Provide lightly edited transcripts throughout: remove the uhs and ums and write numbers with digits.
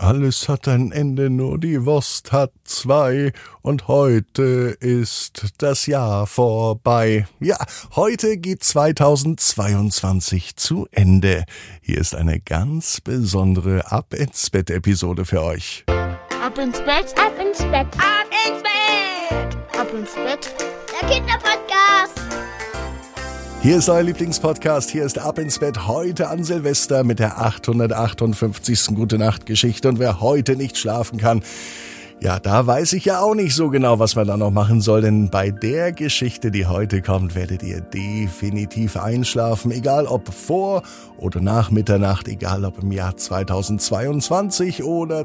Alles hat ein Ende, nur die Wurst hat zwei. Und heute ist das Jahr vorbei. Ja, heute geht 2022 zu Ende. Hier ist eine ganz besondere Ab-ins-Bett-Episode für euch. Ab ins Bett, ab ins Bett, ab ins Bett, ab ins Bett, der Kinderpodcast. Hier ist euer Lieblingspodcast, hier ist Ab ins Bett, heute an Silvester mit der 858. Gute-Nacht-Geschichte. Und wer heute nicht schlafen kann, ja, da weiß ich ja auch nicht so genau, was man da noch machen soll, denn bei der Geschichte, die heute kommt, werdet ihr definitiv einschlafen, egal ob vor oder nach Mitternacht, egal ob im Jahr 2022 oder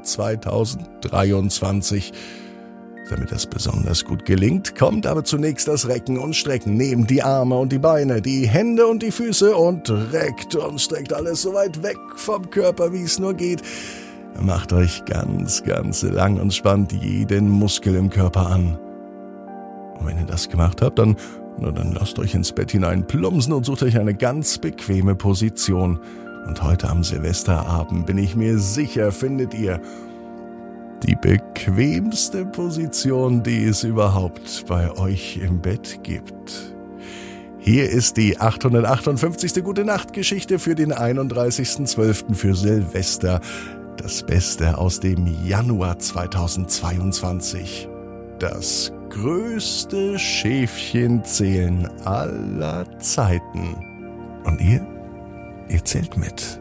2023. Damit das besonders gut gelingt, kommt aber zunächst das Recken und Strecken. Nehmt die Arme und die Beine, die Hände und die Füße und reckt und streckt alles so weit weg vom Körper, wie es nur geht. Macht euch ganz, ganz lang und spannt jeden Muskel im Körper an. Und wenn ihr das gemacht habt, dann lasst euch ins Bett hinein plumpsen und sucht euch eine ganz bequeme Position. Und heute am Silvesterabend, bin ich mir sicher, findet ihr die bequemste Position, die es überhaupt bei euch im Bett gibt. Hier ist die 858. Gute-Nacht-Geschichte für den 31.12. für Silvester. Das Beste aus dem Januar 2022. Das größte Schäfchenzählen aller Zeiten. Und ihr zählt mit.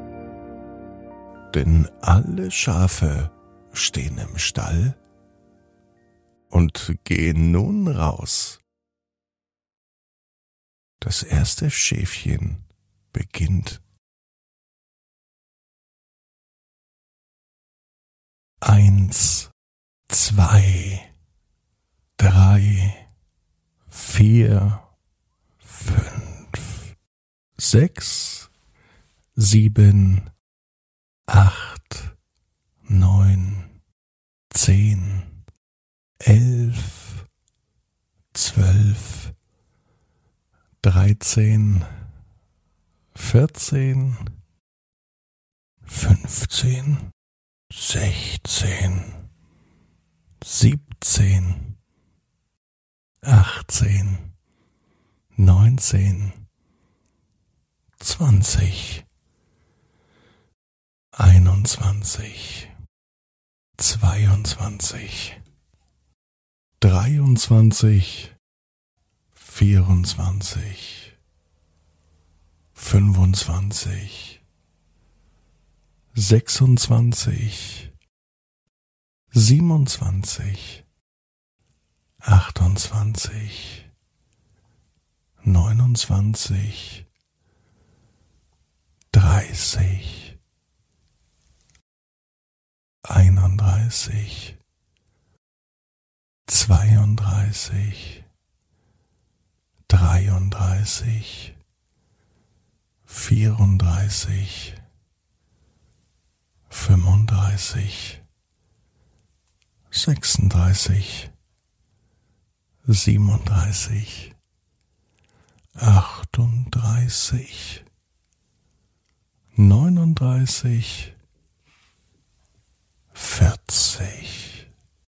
Denn alle Schafe stehen im Stall und gehen nun raus. Das erste Schäfchen beginnt. 1, 2, 3, 4, 5, 6, 7, 8, 9, 10, 11, 12, 13, 14, 15, 16, 17, 18, 19, 20, 21, 22, 23, 24, 25, 26, 27, 28, 29, 30, 31, 32, 33, 34, 35, 36, 37, 38, 39, 40,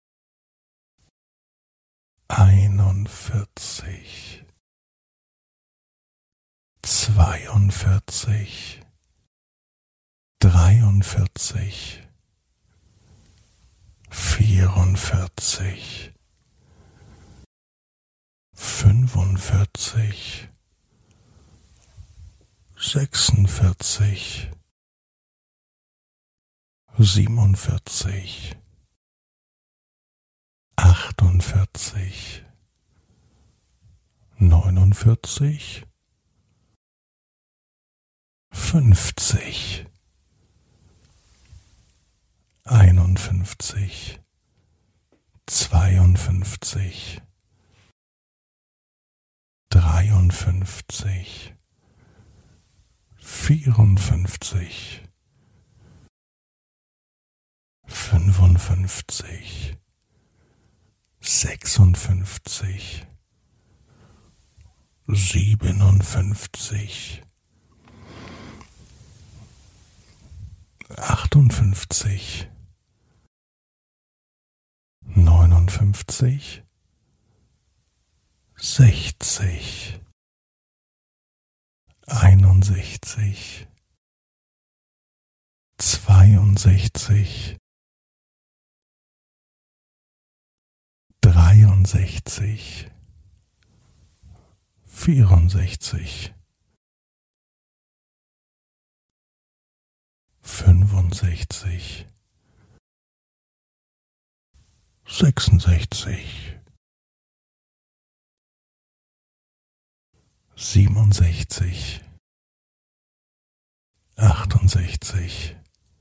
41, 42, 43, 44, 45, 46, 47, 48, 49, 50, 51, 52, 53, 54, 55, 56, 57, 58, 59, 60, 61, 62, 63, 64, 65, 66, 67, 68,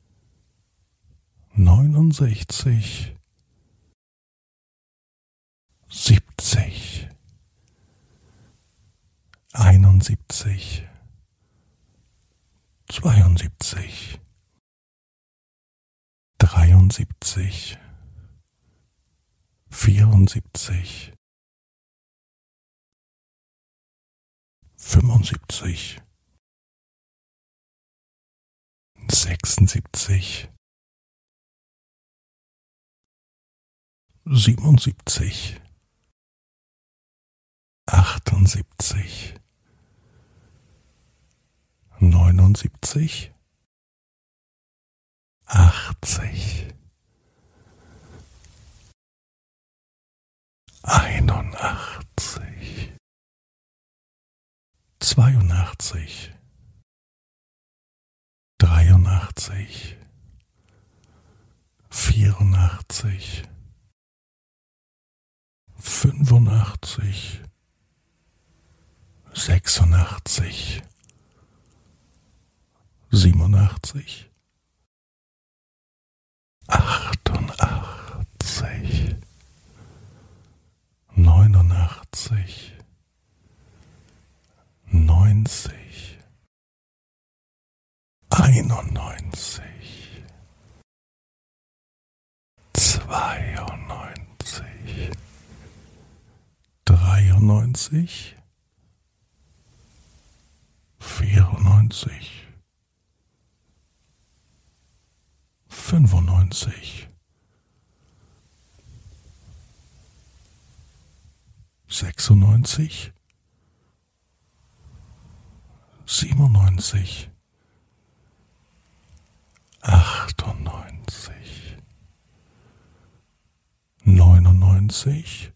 69, 70, 71, 72, 73, 74, 75, 76, 77, 78, 79, 80, 81, 82, 83, 84, 85, 86, 87, 88, 89, 90, 91, 92, 93, 94, 95, 96, 97, 98, 99,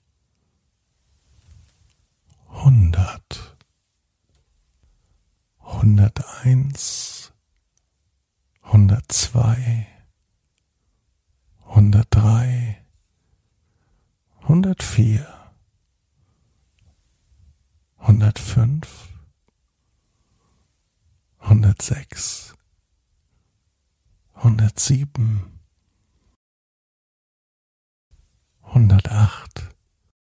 100, 101, 102, 103, 104, 105, 106, 107, 108,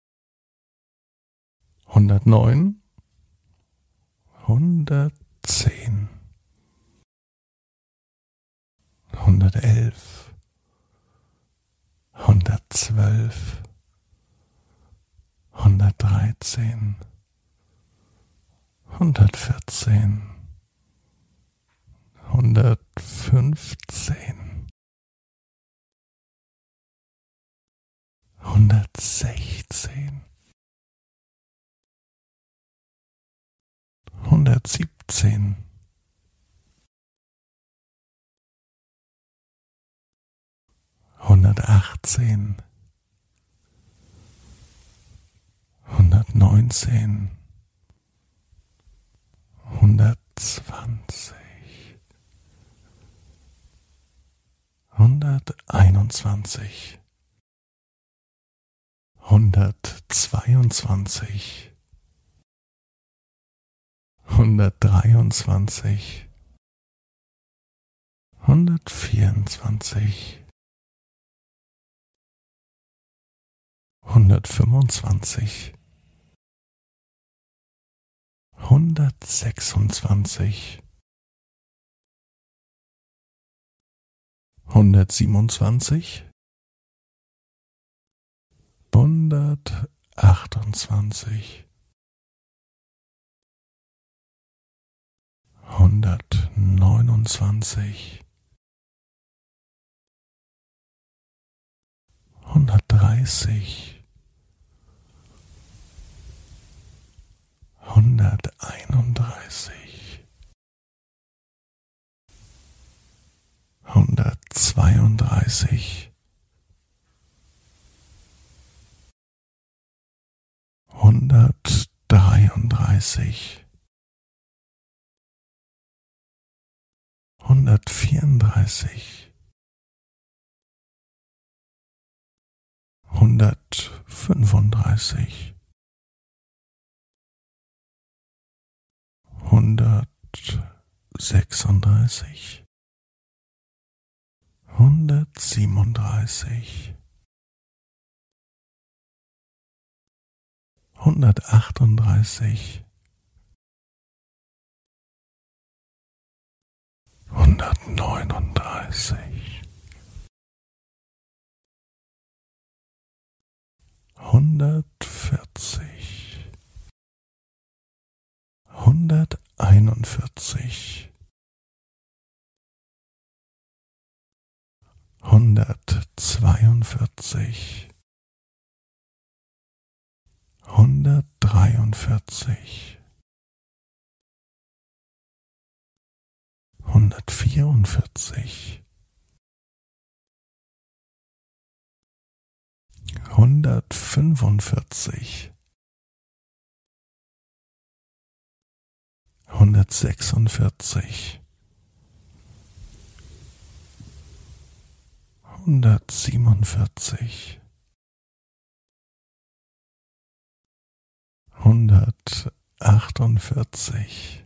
109, 110, 111, 112, 113, 114, 115, 116, 117, 118, 119, 120, 121, 122, 123, 124, 125, 126, 127, 128, 129, 130, 130, 131, 132, 133, 134, 135, 136, 137, 138, 139, 140, 141, 142, 143, 144, 145, 146, 147, 148,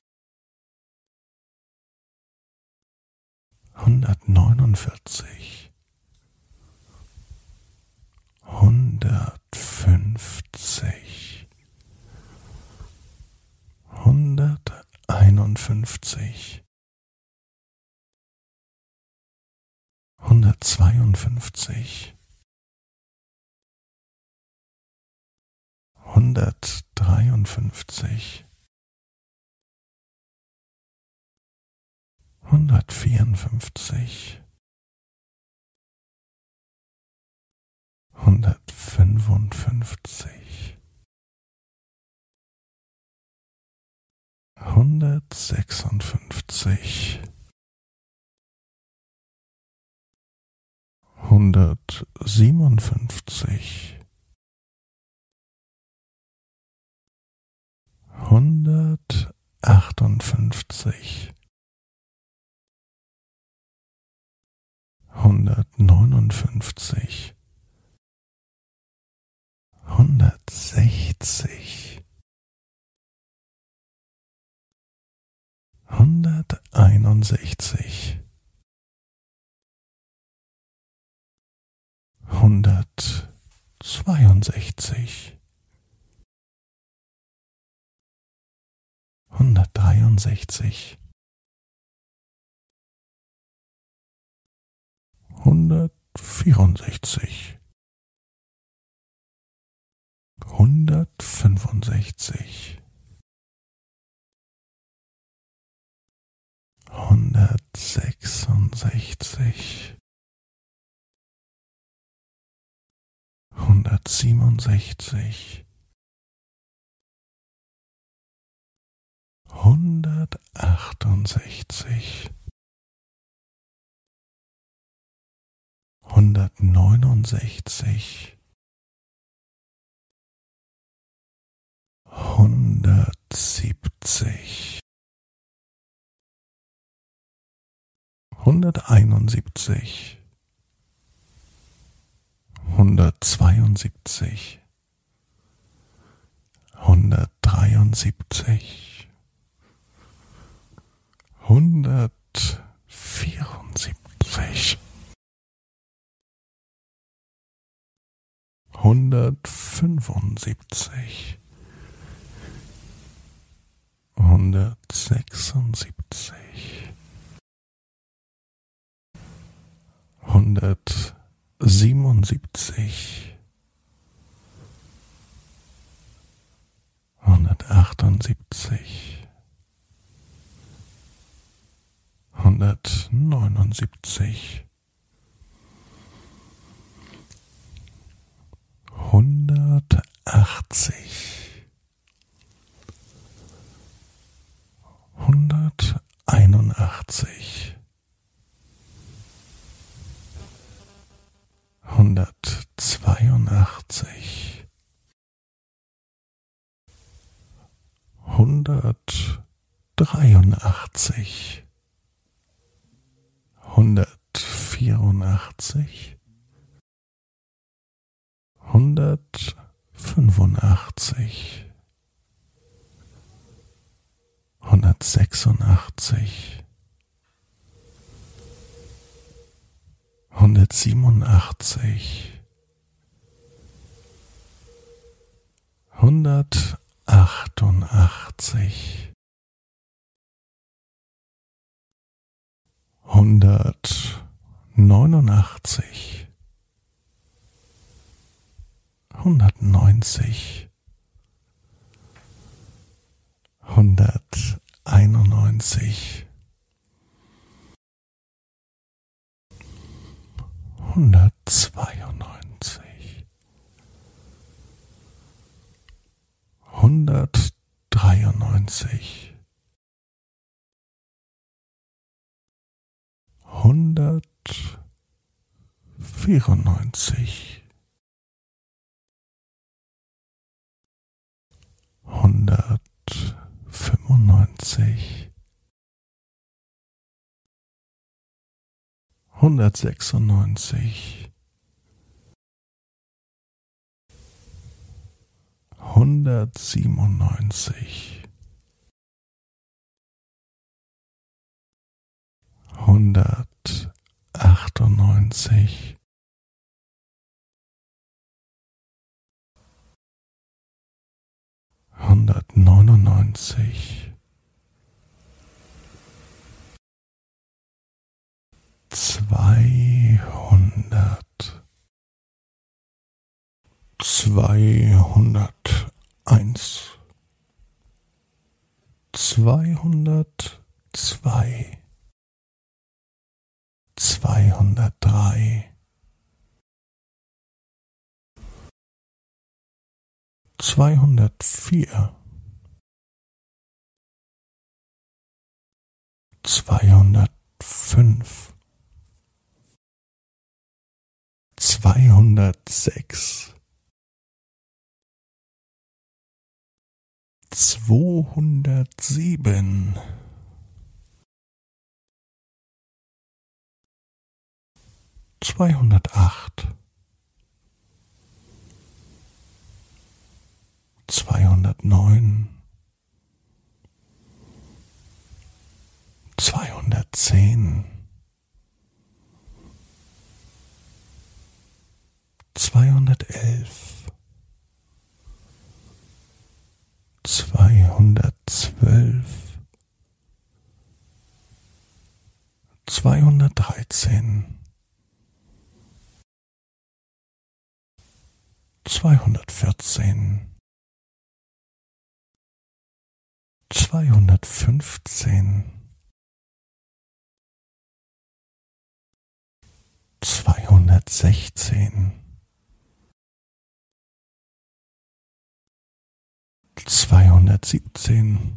149, 150, 151, 152, 153, 154, 155, 156, 157, 158, 159, 160, 161, 162, 163, 164, 165, 166, 167, 168, 169, 170, 171, 172, 173, 174, 175, 176, 177, 178, 179, 182, 183, 184, 185, 186, 187, 188, 189, 190, 191, 192, 193, 194, 195, 196, 197, 198, 199, 200, 201, 202, 203, 204, 205, 206, 207, 208, 209, 210, 211, 212, 213, 214, 215, 216, 217,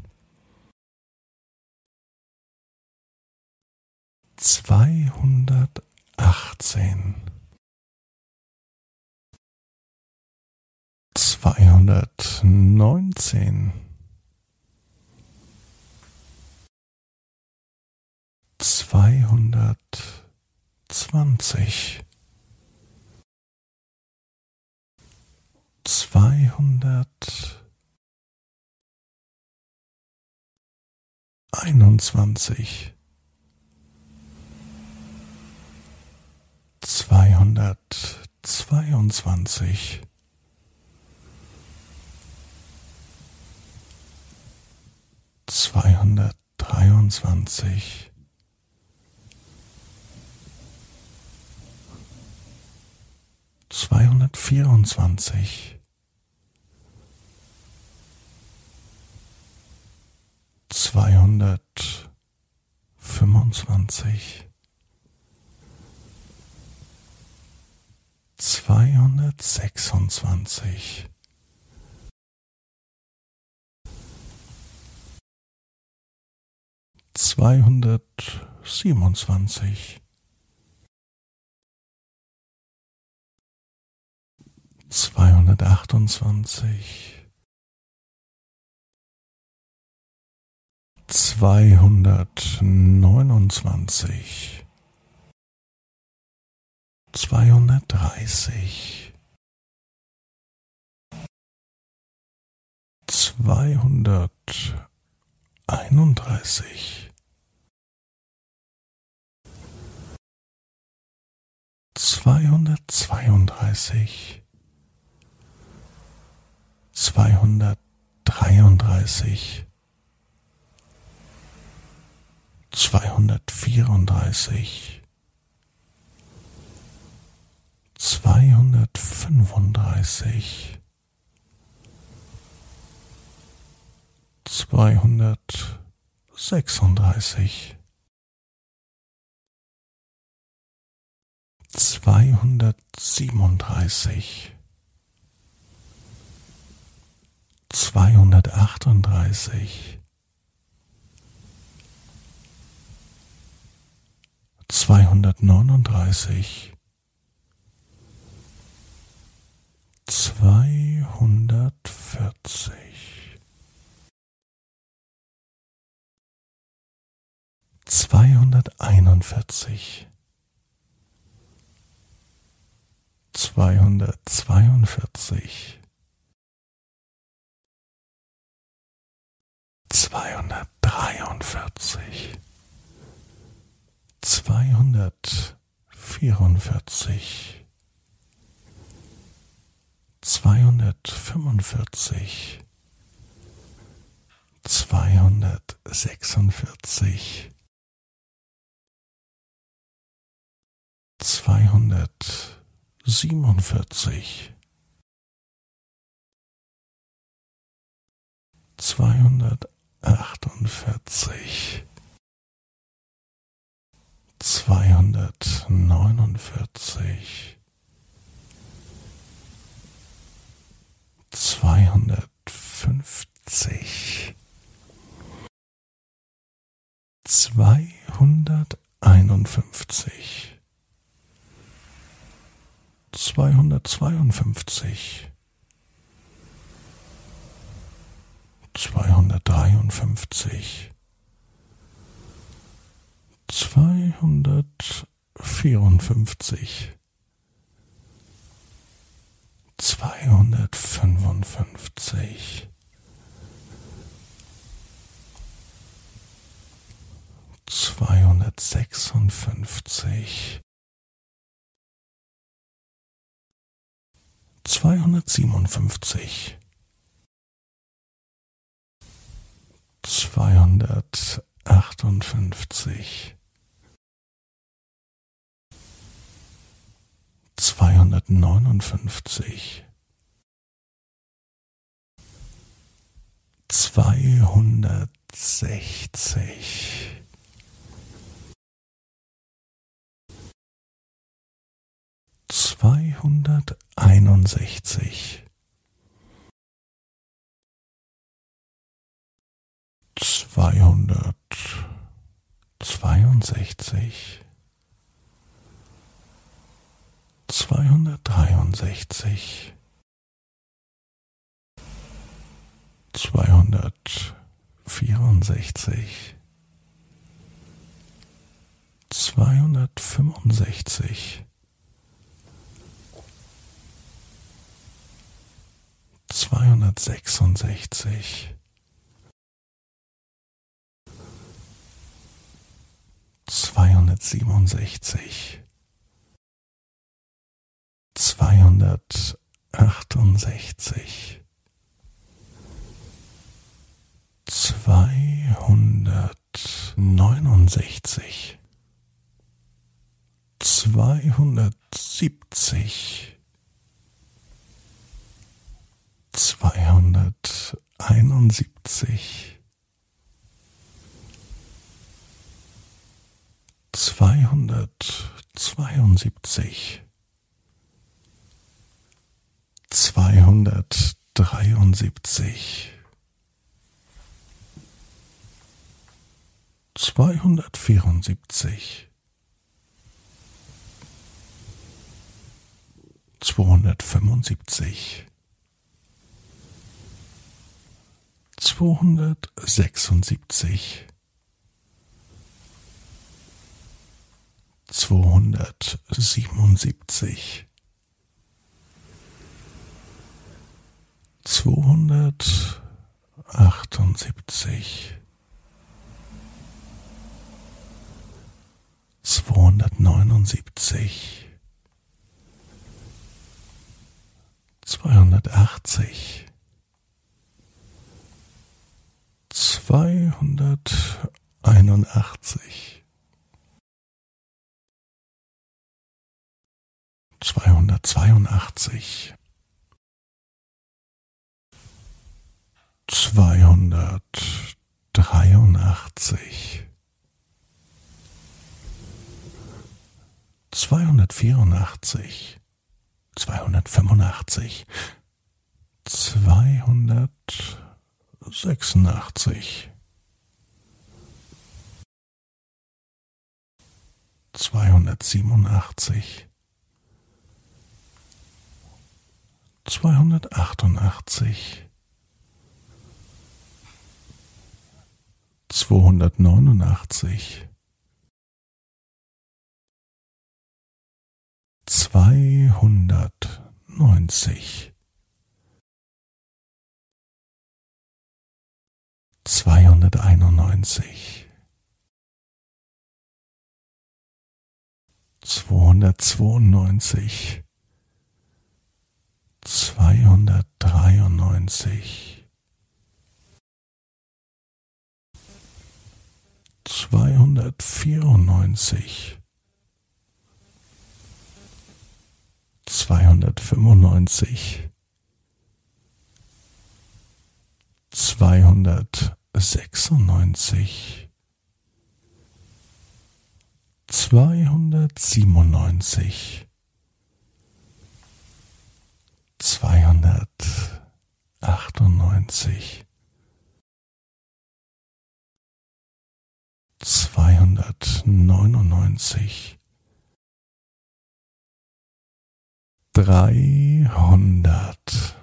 218, 219, 220, 221, 222, 223, 224, 225, 226, 227, 228, 229, 230, 231, 232, 233, 234, 235, 236, 237, 238, 239, 240, 241, 242, 243, 244, 245, 246, 247, 248, 249, 250, 251, 252, 253, 254, 255, 256, 257, 258, 259, 260, 261, 262, 263, 264, 265, 266, 267, 268, 269, 270, 271, 272, 273, 274, 275, 276, 277, 278, 279, 280, 281, 282, 283, 284, 285, 286, 287, 288, 289, 290, 291, 292, 293, 294, 295, 296, 297, 298, 299, 300,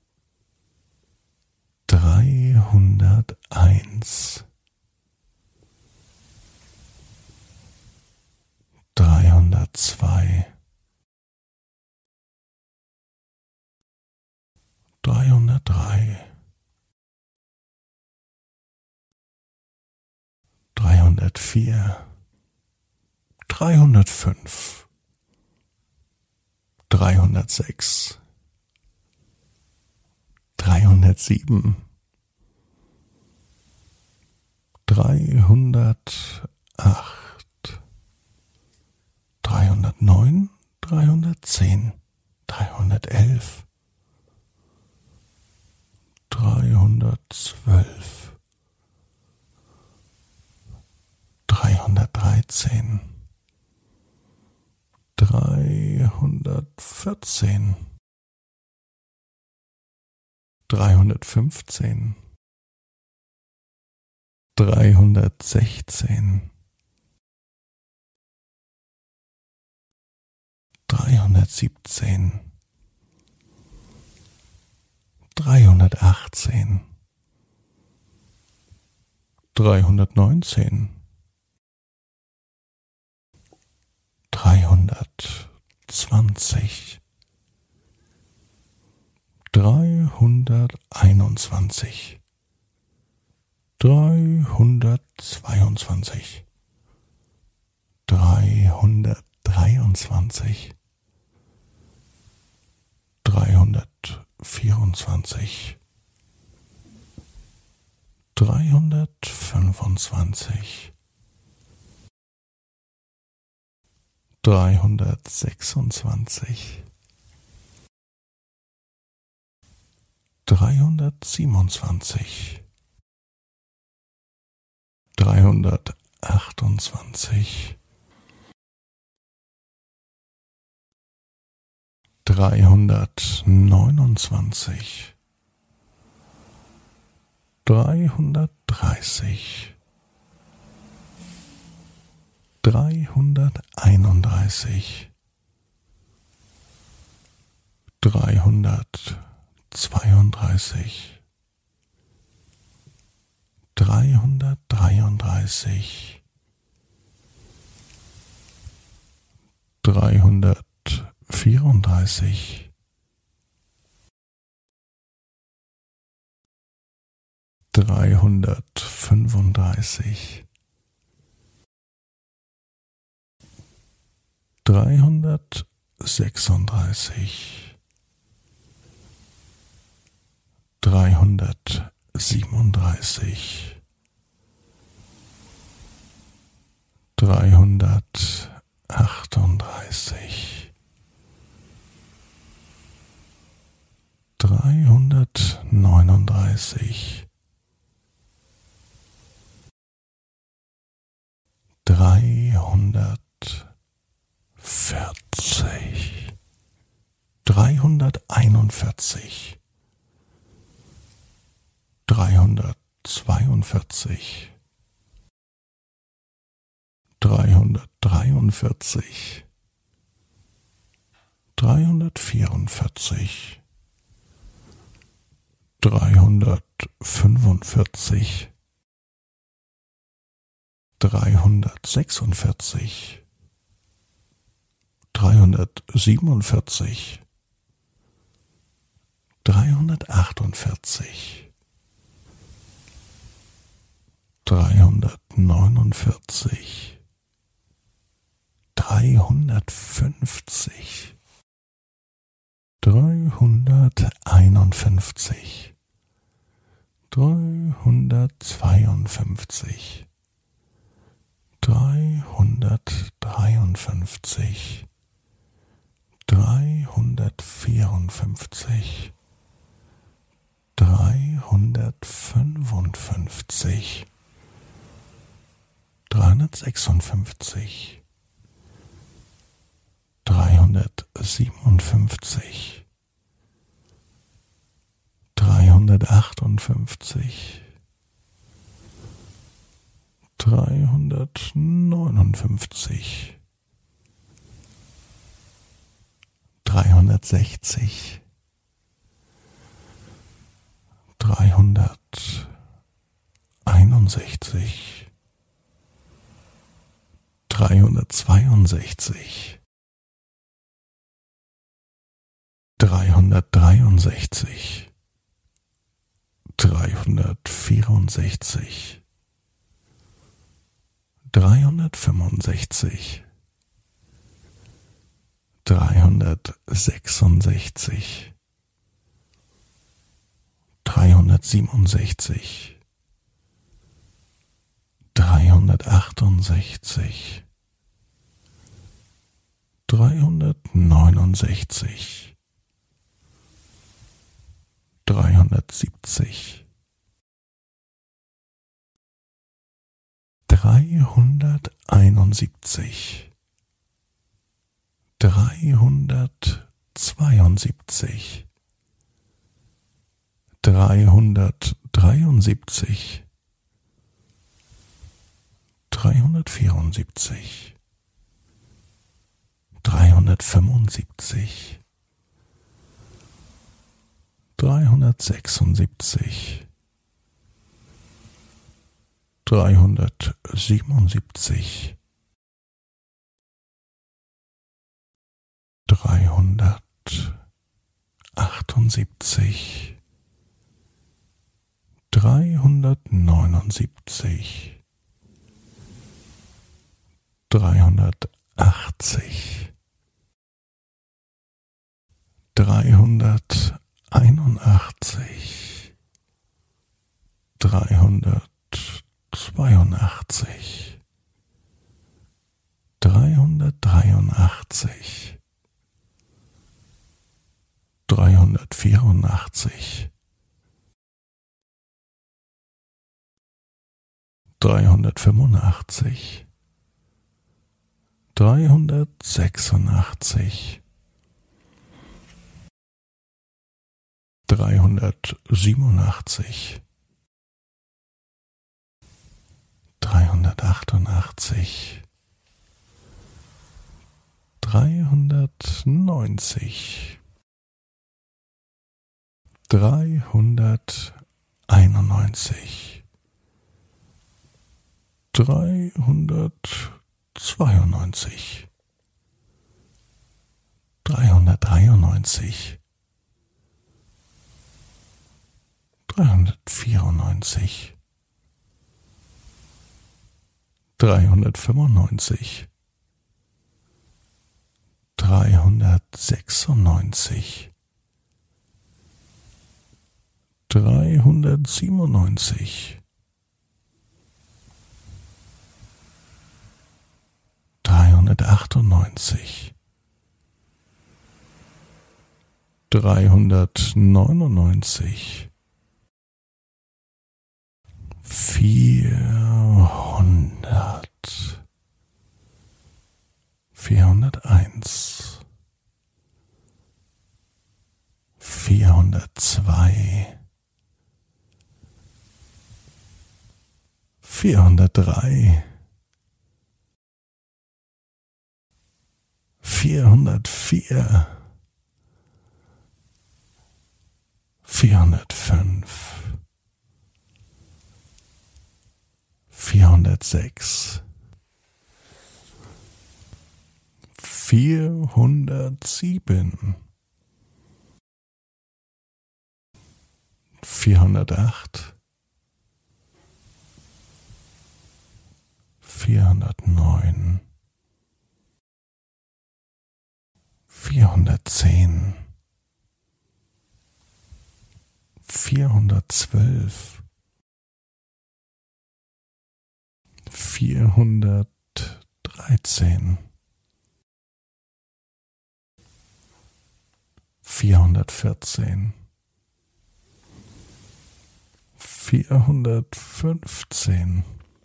301, 302, 303, 304, 305, 306, 307, 308, 309, 310, 311, 312, 313, 314, 315, 316, 317, 318, 319, 320, 321, 322, 323, 324, 325, 326, 327, 328, 329, 330, 331, 332, 333, 334, 335, 336, 337, 338, 339, 340, 341, 342, 343, 344, 345, 346, 347, 348, 349, 350, 351, 352, 353, 354, 355, 356, 357, 358, 359, 360, 361, 362, 363, 364, 365, 366, 367, 368, 369, 370, 371, 372, 373, 374, 375, 376, 377, 378, 379, 380, 381, 382, 383, 384, 385, 386, 387, 388, 390, 391, 392, 393, 394, 395, 396, 397, 398, 399, 400, 401, 402, 403, 404, 405, 406, 407, 408, 409, 410, 412, 413, 414, 415,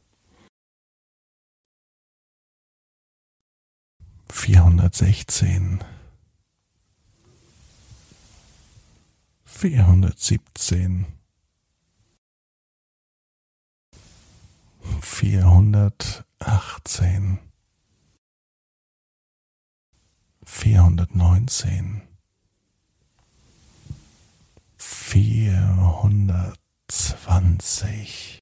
416, 417, 418, 419, 420,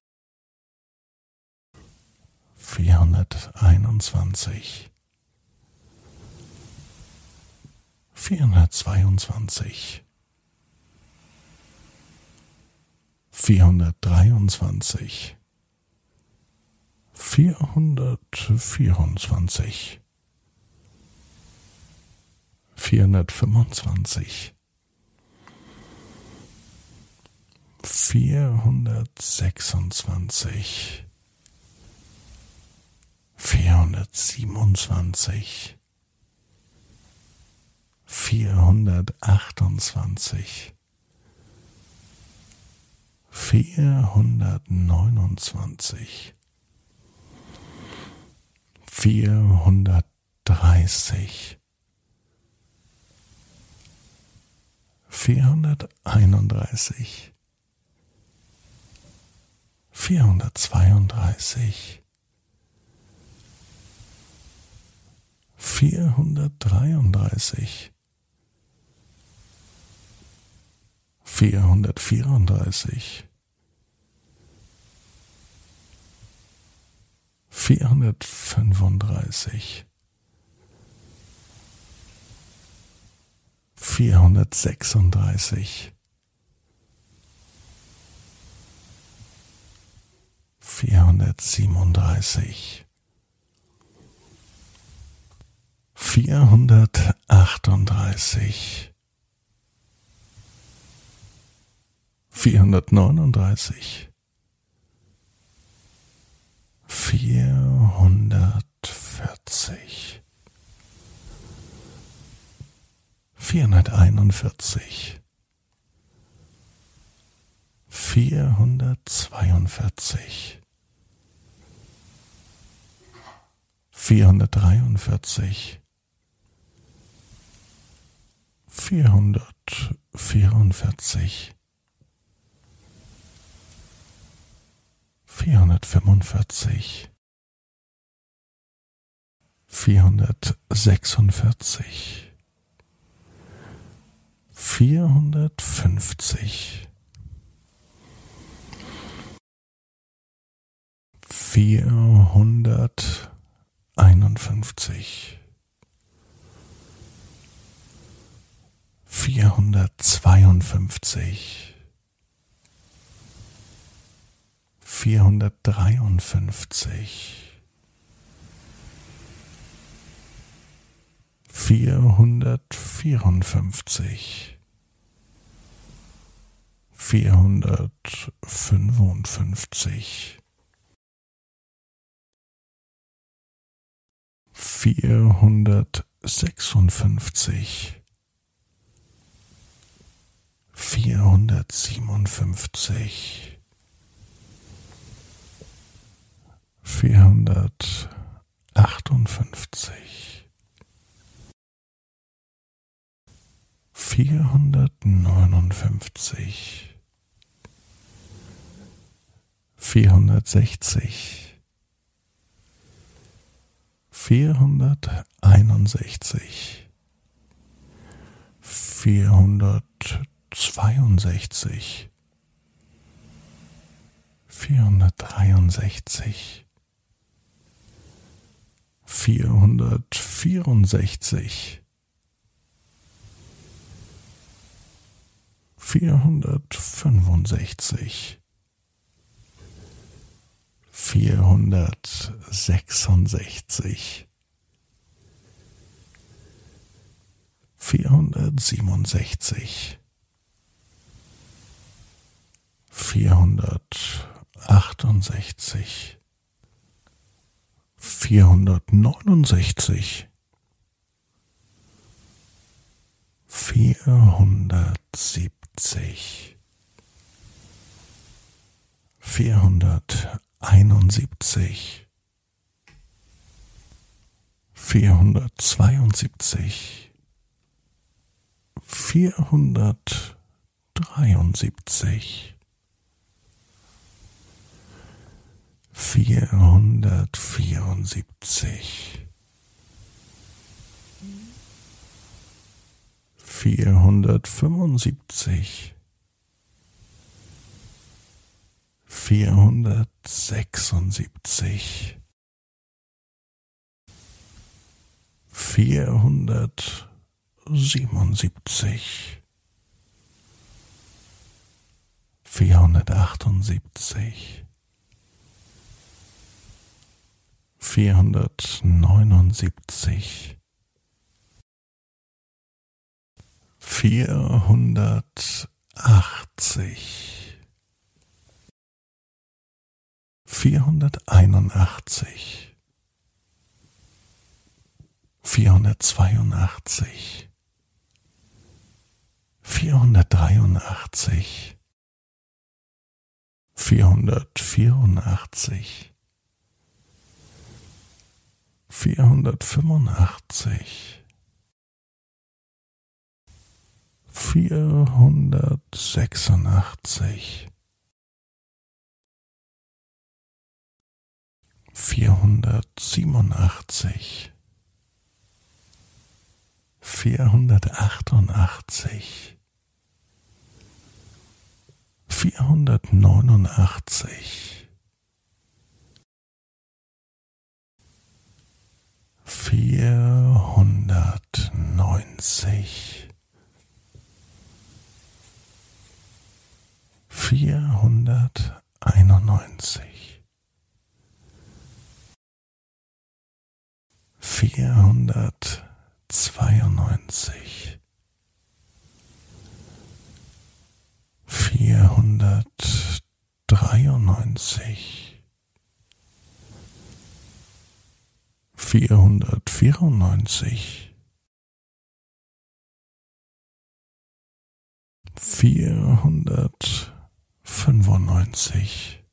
421, 422, 423, 424, 425, 426, 427, 428, 429, 430, 431, 432, 433, 434, 435, 436, 437, 438, 439, 440, 441, 442, 443, 444, 445, 446, 450, 451, 452, 453, 454, 455, 456, 457, 458, 459, 460, 461, 462, 463, 464, 465, 466, 467, 468, 469, 470, 471, 472, 473, 474, 475, 476, 477, 478, 479, 480, 481, 482, 483, 484, 485, 486, 487, 488, 489, 490, 491, 492, 493, 494, 495,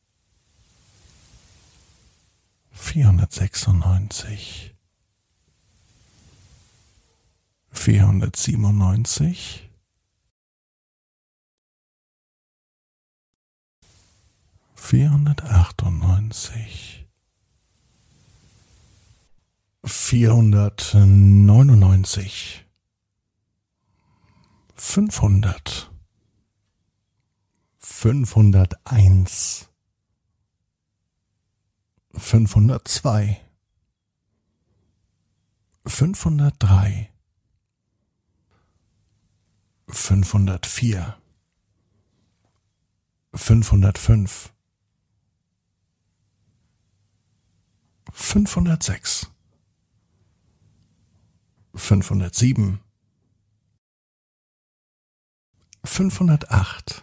496, 497, 498, 499, 500, 501, 502, 503, 504, 505, 506, 507, 508,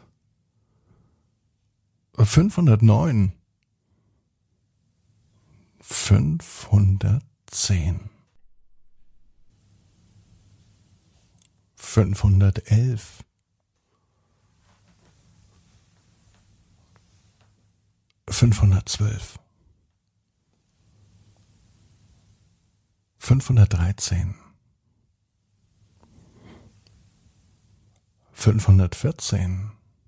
509, 510, 511, 512, 513, 514,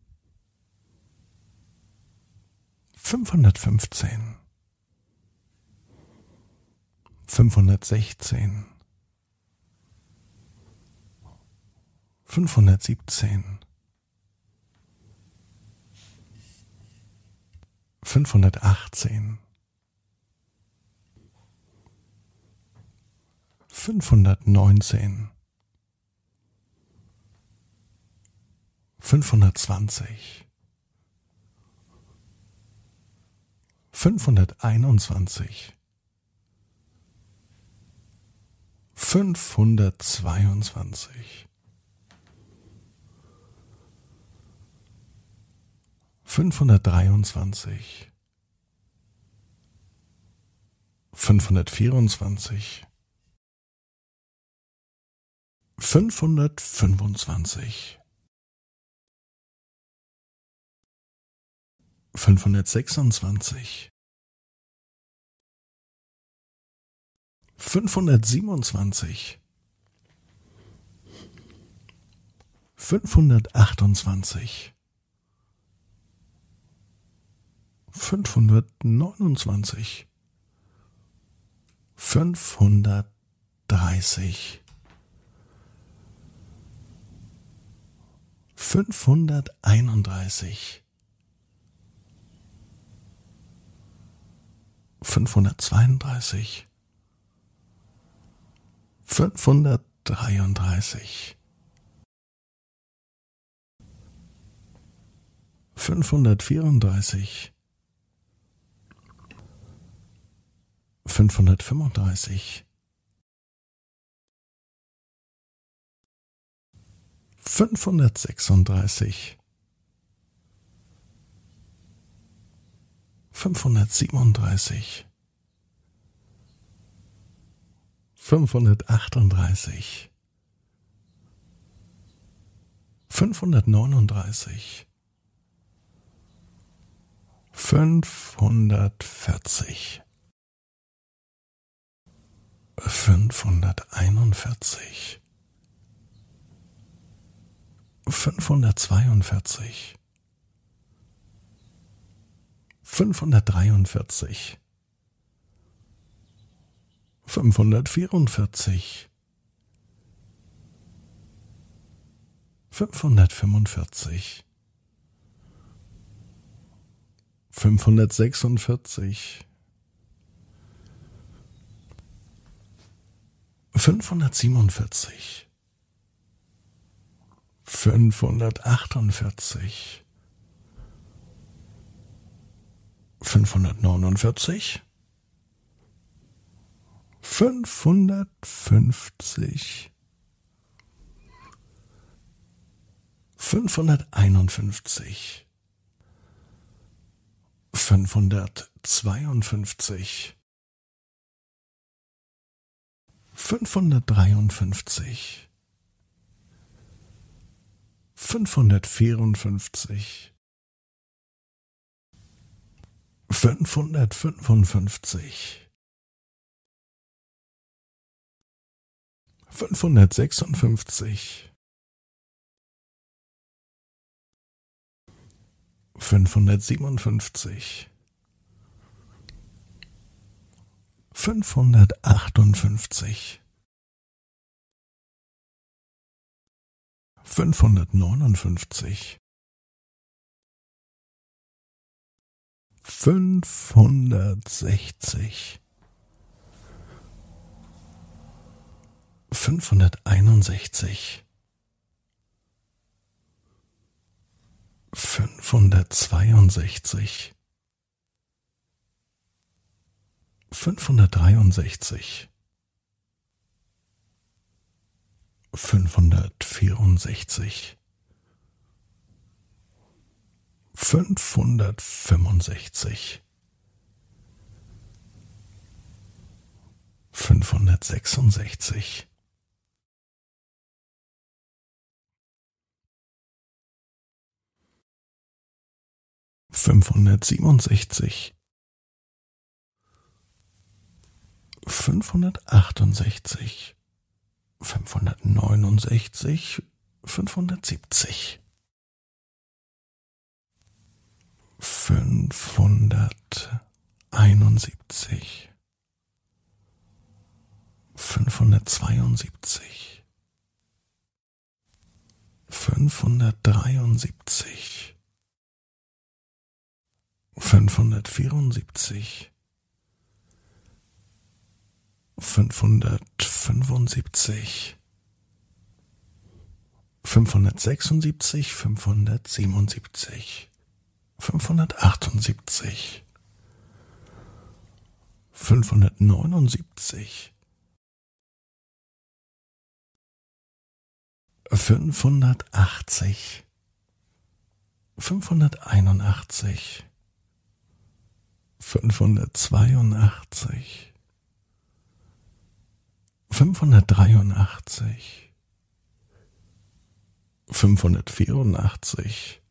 515, 516, 517, 518, 519, 520, 521, 522, 523, 524, 525, 526, 527, 528, 529, 530, 531, 532, 533, 534, 535, 536, 537, 538, 539, 540, 541, 542, 543, 544, 545, 546, 547, 548, 549, 550, 551, 552, 553, 554, 555, 556, 557, 558, 559, 560, 561, 562, 563, 564, 565, 566, 567, 568, 569, 570, 571, 572, 573, 574, 575, 576, 577, 578, 579, 580, 581, 582, 583, 584,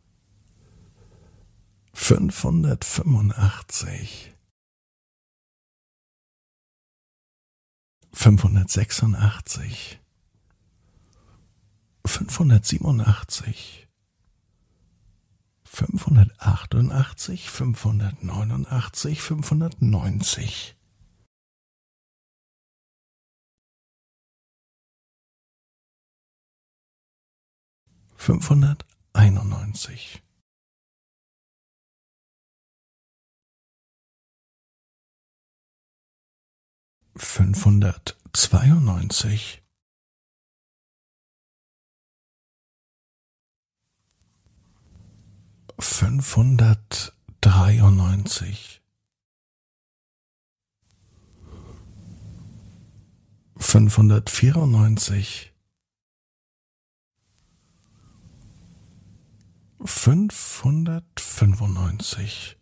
585, 586, 587, 588, 589, 590, 591, 592, 593, 594, 595,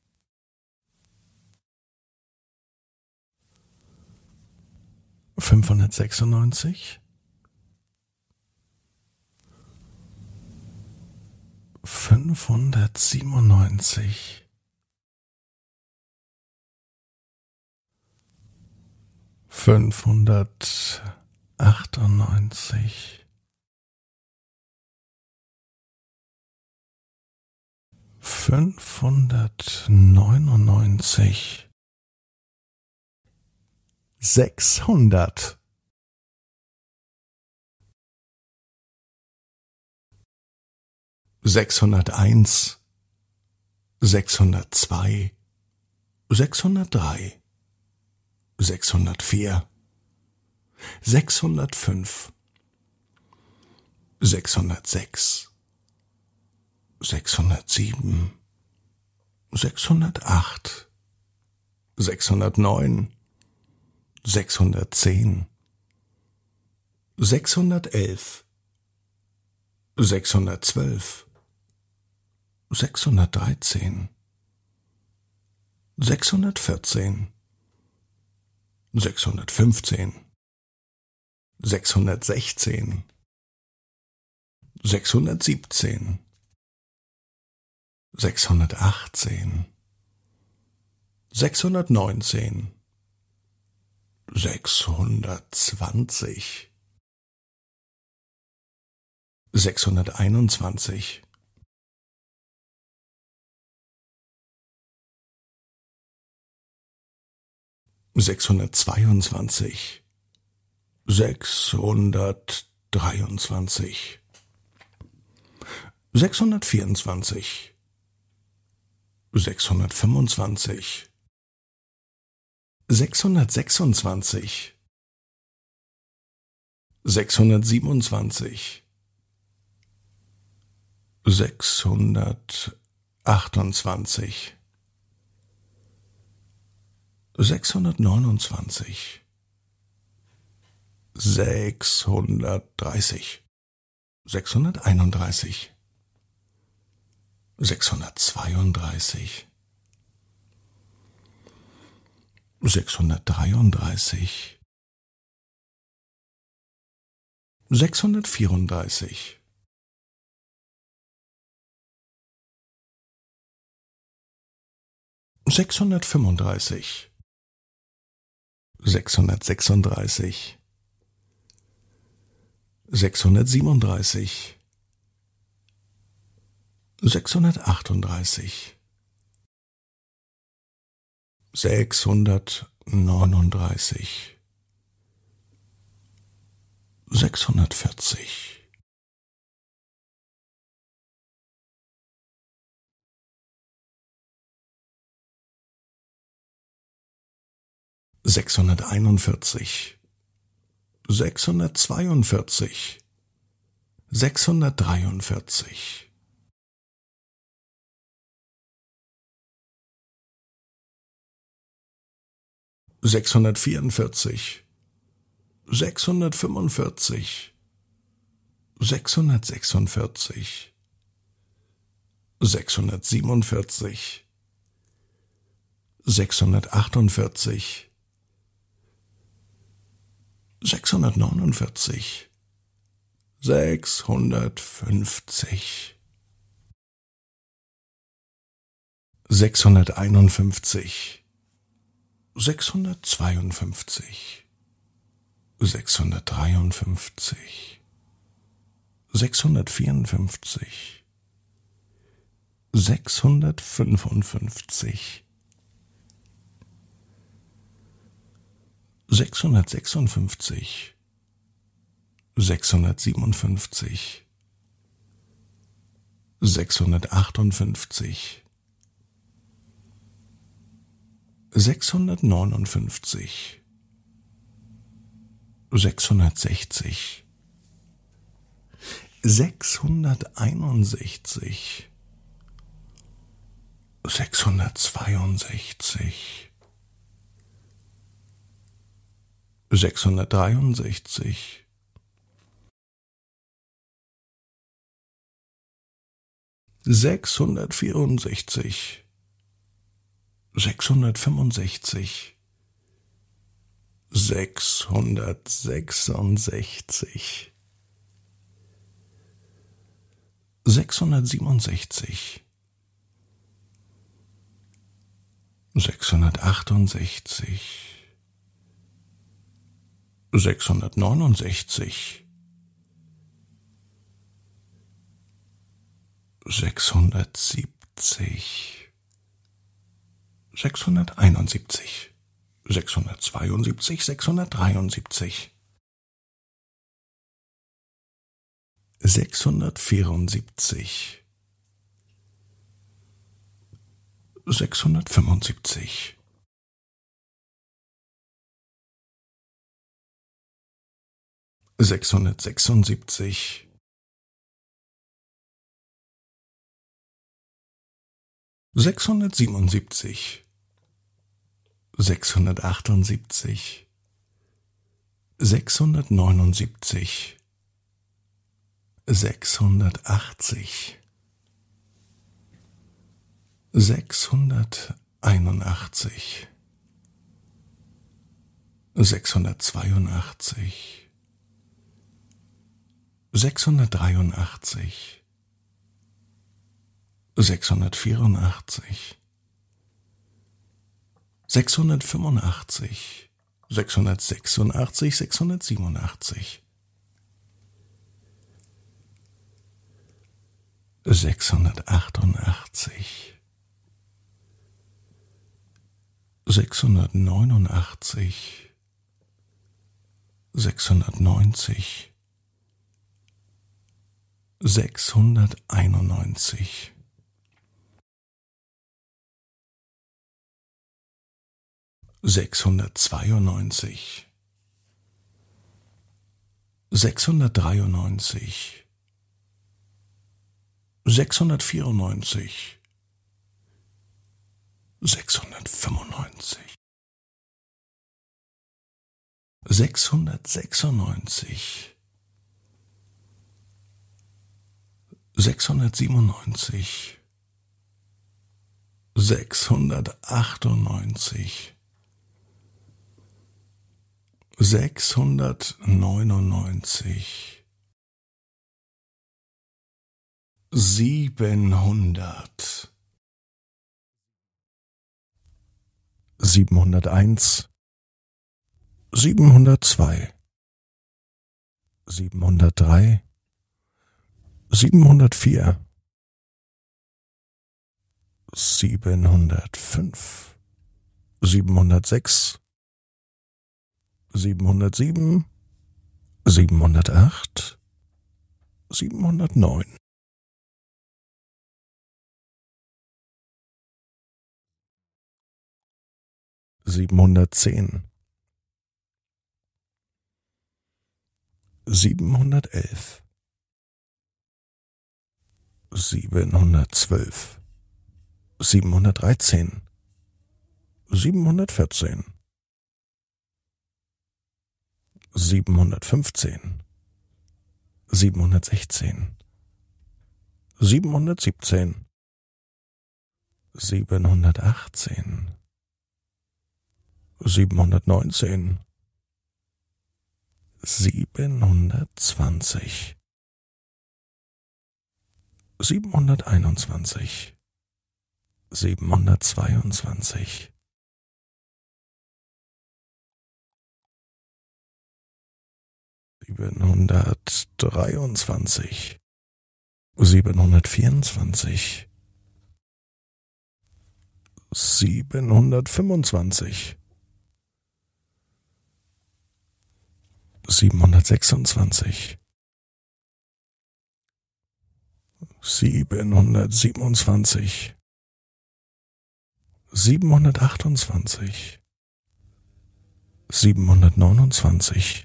596, 597, 598, 599, 600, 601, 602, 603, 604, 605, 606, 607, 608, 609, 610, 611, 612, 613, 614, 615, 616, 617, 618, 619, 620, 621, 622, 623, 624, 625, 626, 627, 628, 629, 630, 631, 632, 633, 634, 635, 636, 637, 638, 639, 640, 641, 642, 643, 644, 645, 646, 647, 648, 649, 650, 651, 652, 653, 654, 655, 656, 657, 658, 659, 660, 661, 662, 663, 664, 665, 666, 667, 668, 669, 670, 671, 672, 673, 674, 675, 676, 677, 678, 679, 680, 681, 682, 683, 684, 685, 686, 687, 688, 689, 690, 691, 692, 693, 694, 695, 696, 697, 698, 699, 700, 701, 702, 703, 704, 705, 706, 707, 708, 709, 710, 711, 712, 713, 714, 715, 716, 717, 718, 719, 720, 721, 722, 723, 724, 725, 726, 727, 728, 729,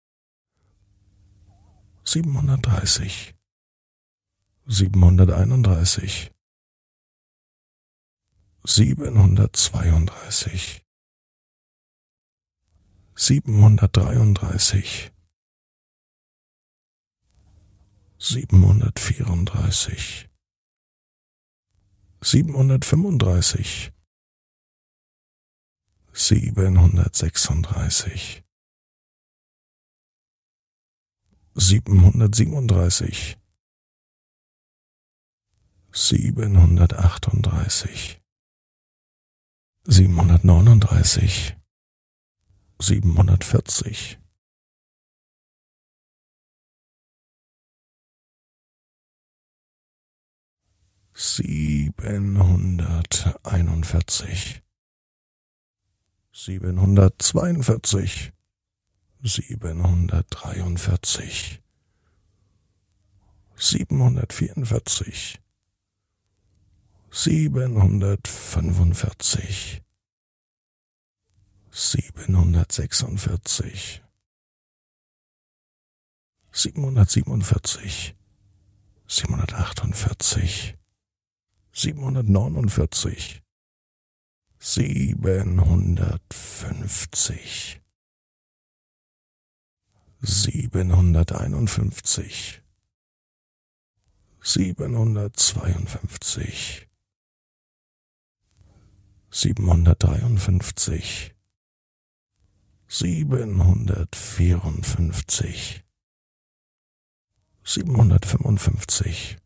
730, 731, 732, 733, 734, 735, 736, 737, 738, 739, 740, 741, 742, 743, 744, 745, 746, 747, 748, 749, 750, 751, 752, 753, 754, 755,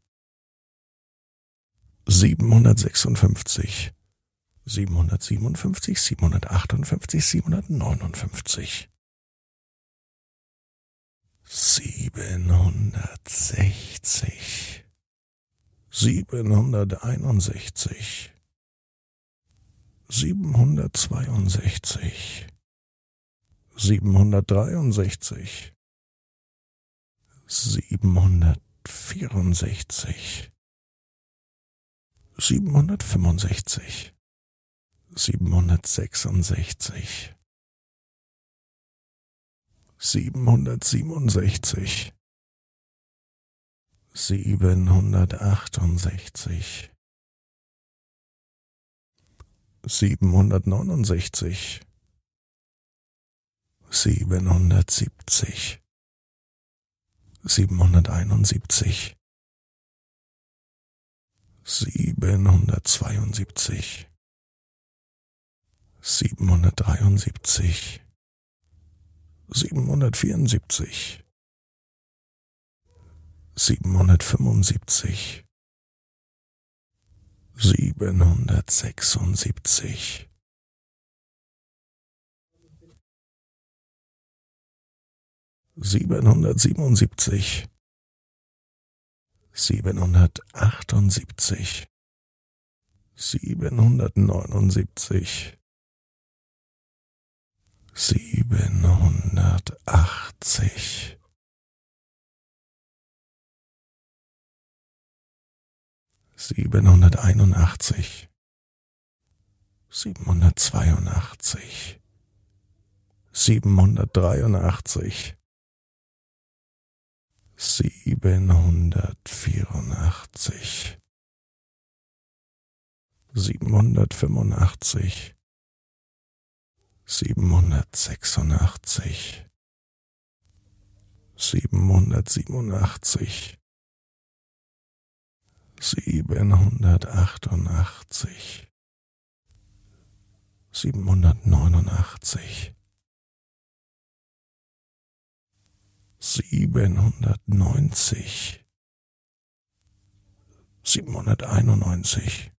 756, 757, 758, 759, 760, 761, 762, 763, 764, 765, 766, 767, 768, 769, 770, 771, 772, 773, 774, 775, 776, 777, 778, 779, 780, 781, 782, 783, 784, 785, 786, 787, 788, 789, 790, 791,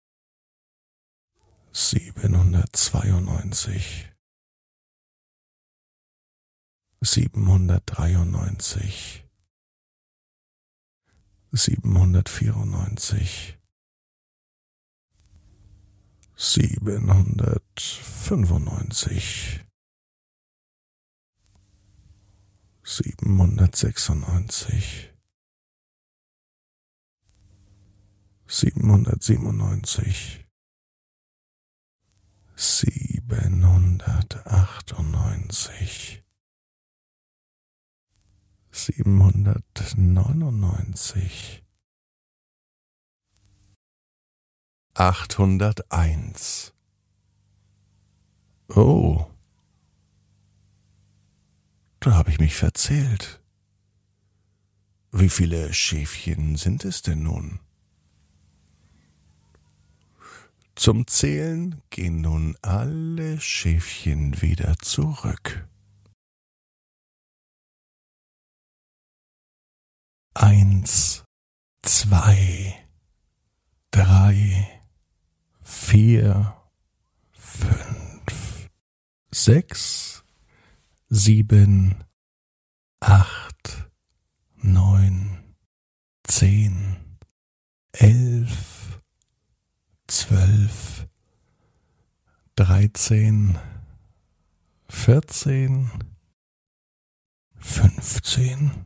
792, 793, 794, 795, 796, 797, 798, 799, 801. Oh, da habe ich mich verzählt. Wie viele Schäfchen sind es denn nun? Zum Zählen gehen nun alle Schäfchen wieder zurück. 1, 2, 3, 4, 5, 6, 7, 8, 9, 10, 11, 12, 13, 14, 15,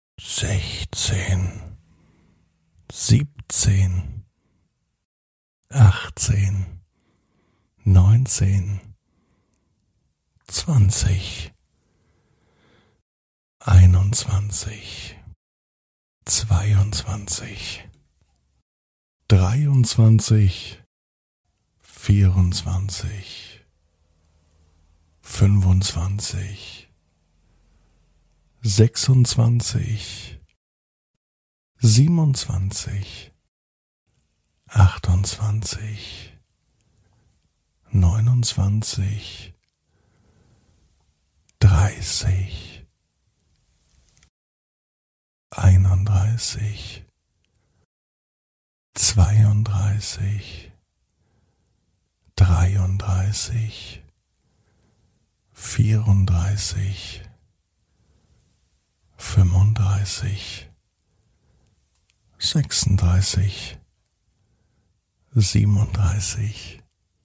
16, 17, 18, 19, 20, 21, 22, 23, 24, 25, 26, 27, 28, 29, 30, 31, 32, 33, 34, 35, 36, 37,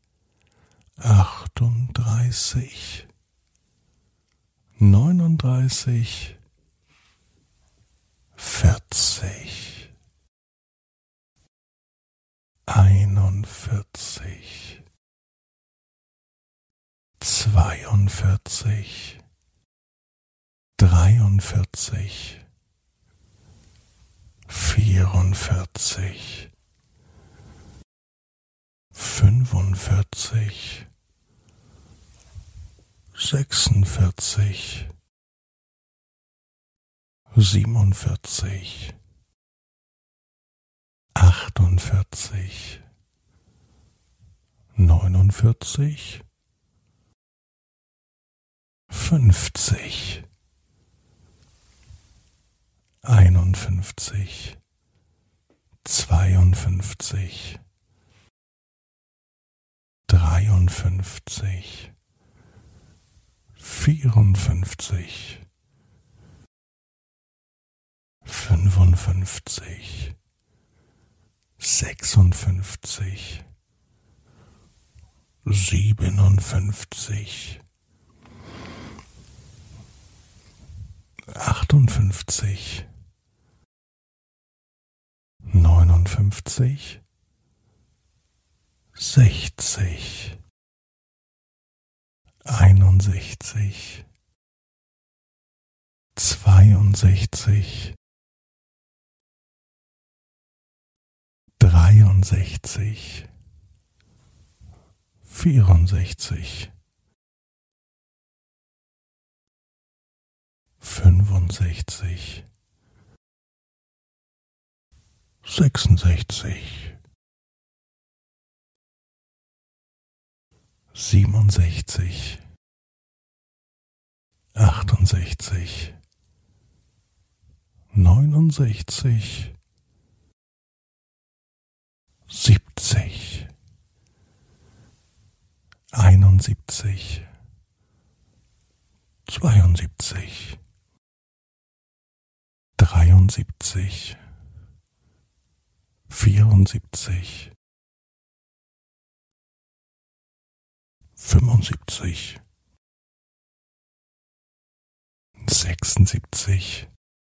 38, 39, 40, 41, 42, 43, 44, 45, 46, 47, 48, 49, 50, 51, 52, 53, 54, 55, 56, 57, 58, 59, 60, 61, 62, 63, 64, 65, 66, 67, 68, 69, 70, 71, 72, 73, 74, 75, 76,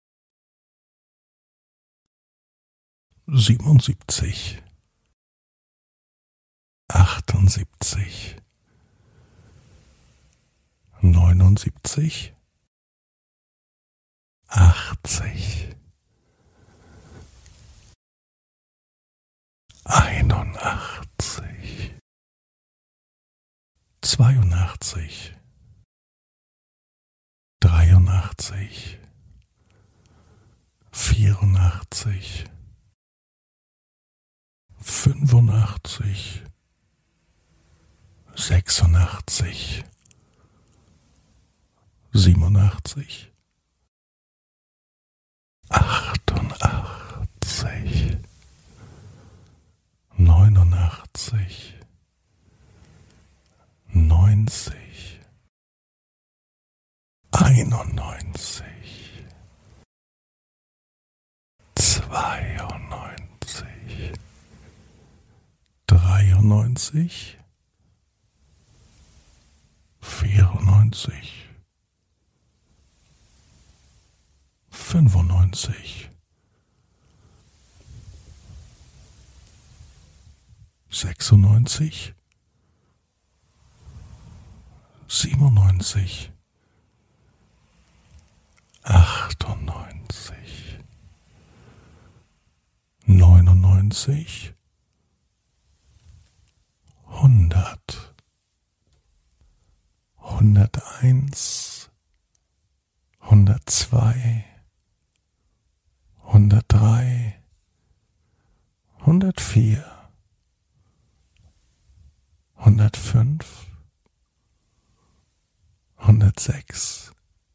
77, 78, 79, 80, 81, 82, 83, 84, 85, 86, 87, 88, 89, 90, 91, 92, 93, 94, 95, 96, 97, 98, 99, 100, 101, 102, 103, 104, 105, 106,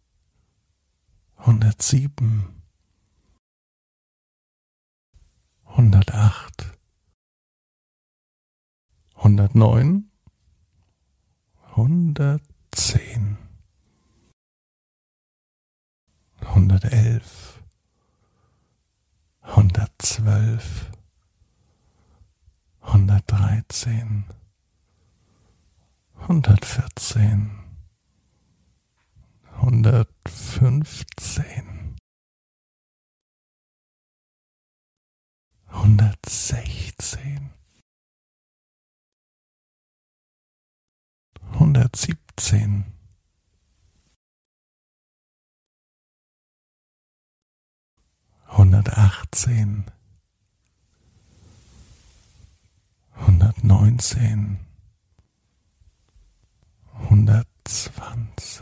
107, 108, 109, 110, 111, 112, 113, 114, 115, 116, 117, 118, 119, 120,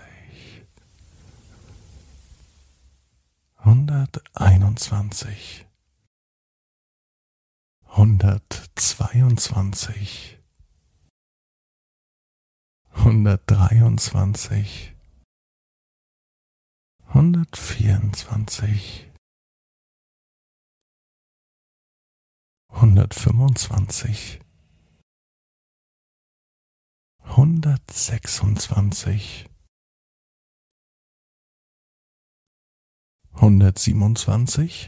121, 122, 123, 124, 125, 126, 127,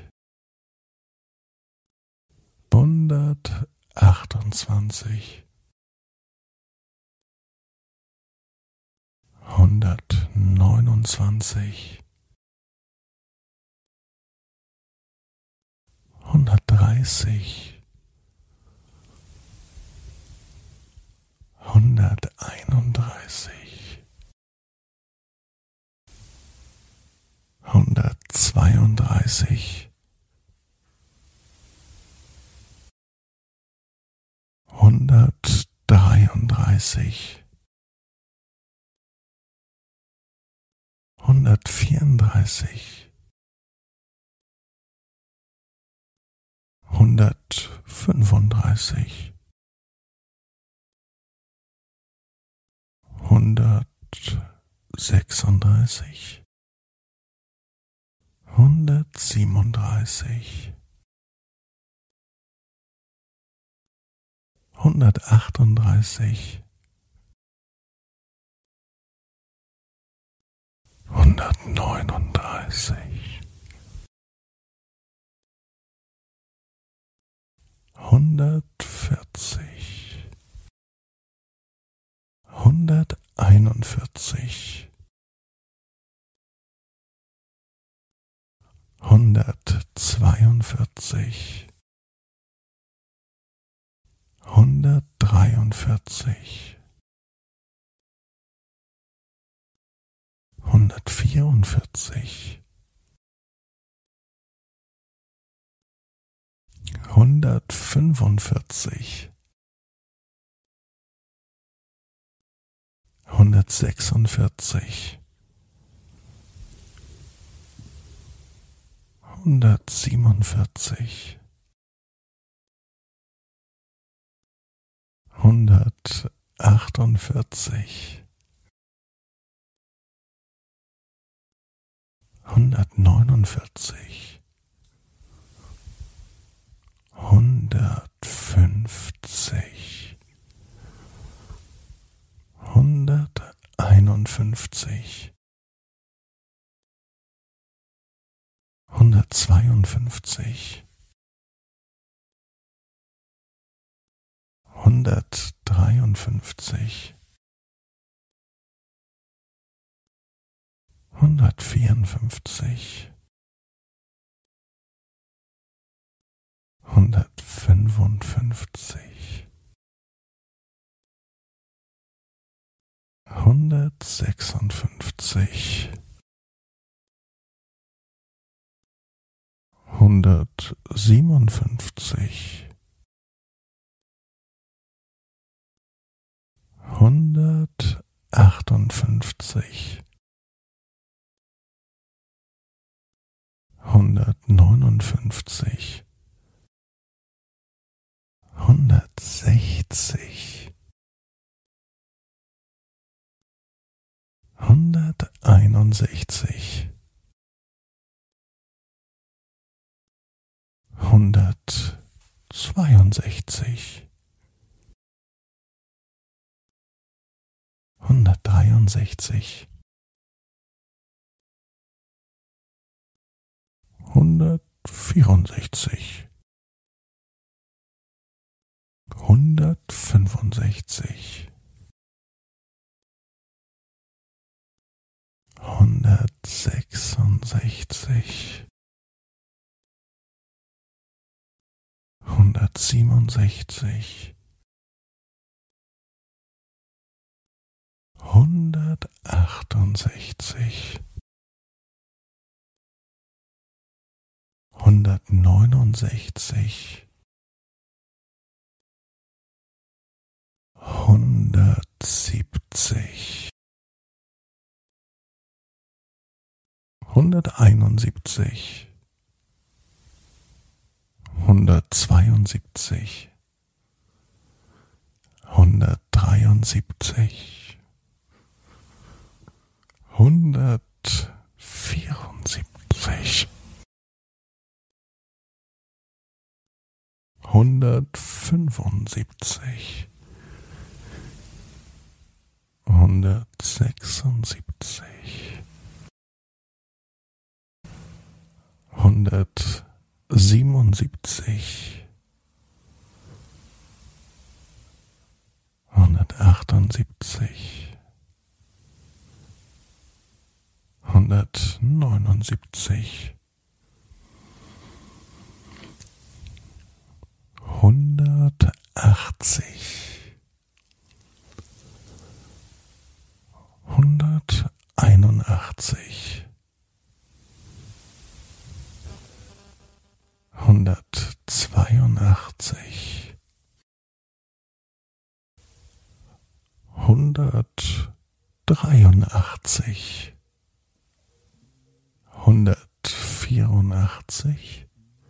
128, 129, 130, 131, 132, 133, 134, 135, 136, 137, 138, 139, 140, 141, 142, 143, 144, 145, 146, 147, 148, 149, 150, 151, 152, 153, 154, 155, 156, 157, 158, 159, 160, 161, 162, 163, 164, 165, 166, 167, 168, 169, 170, 171, 172, 173, 174, 175, 176, 177, 178, 179, 180, 181, 182, 183, 184,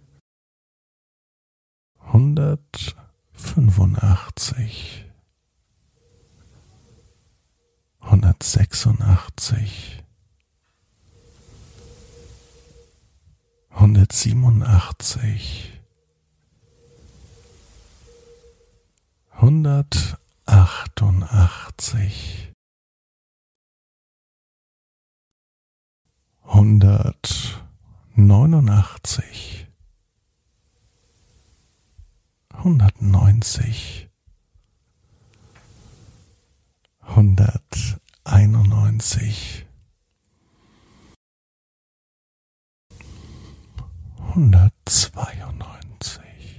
185, 186, 187, 188, 189, 190, 191, 192,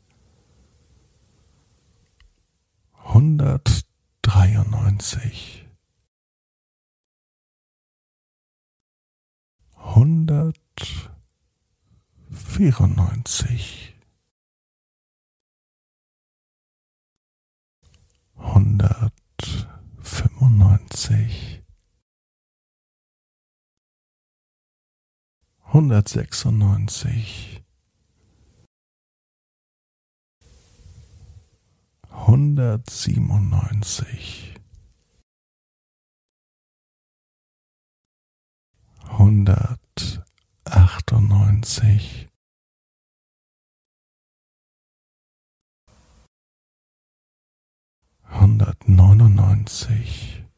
193, 194, 195, 196, 197, 198, 199,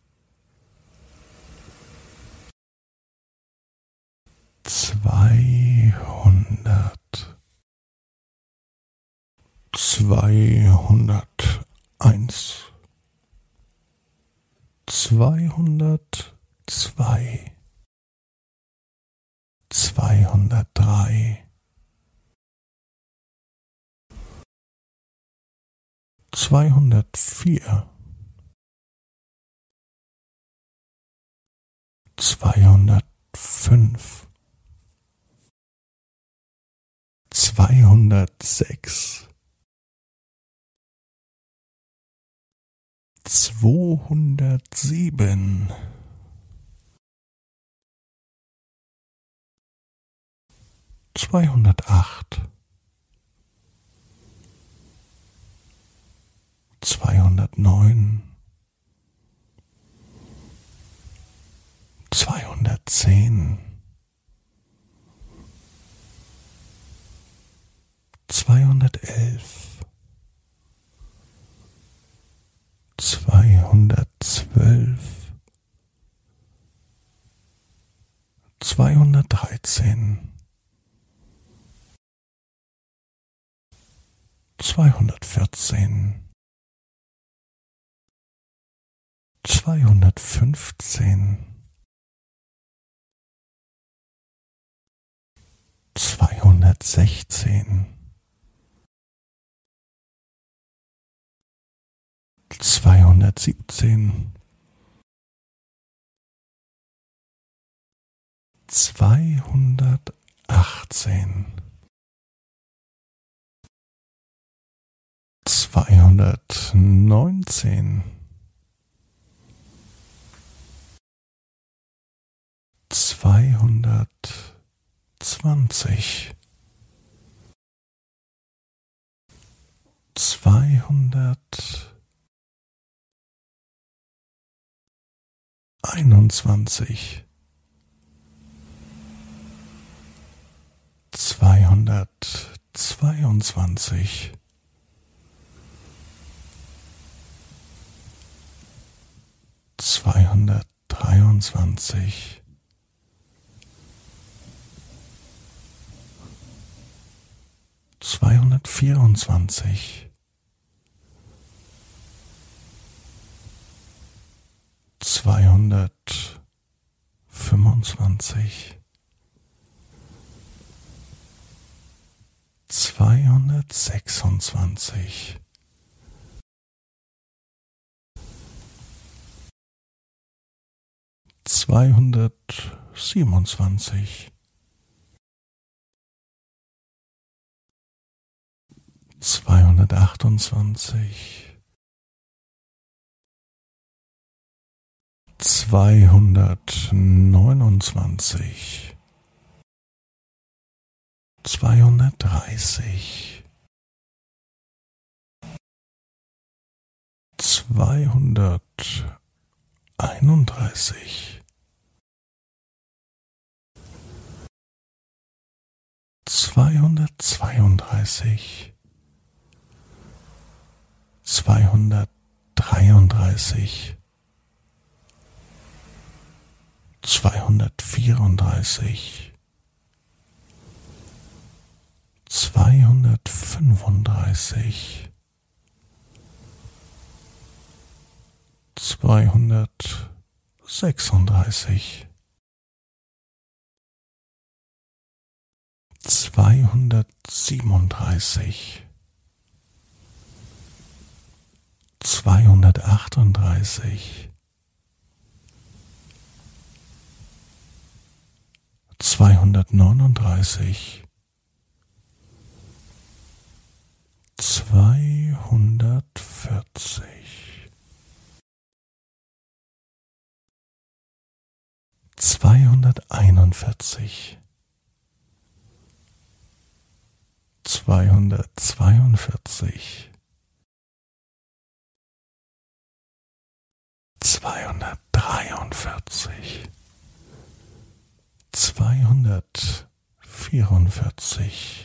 200, 201, 202, 203, 204, 205, 206, 207, 208, 209, 210, 211, 212, 213, 214, 215, 216, 217, 218, 219, 220, 221, 222, 223, 224, 225, 226, 227, 228, 229, 230, 231, 232, 233, 234, 235, 236, 237, 238, 239, 240, 241, 242, 243, 244,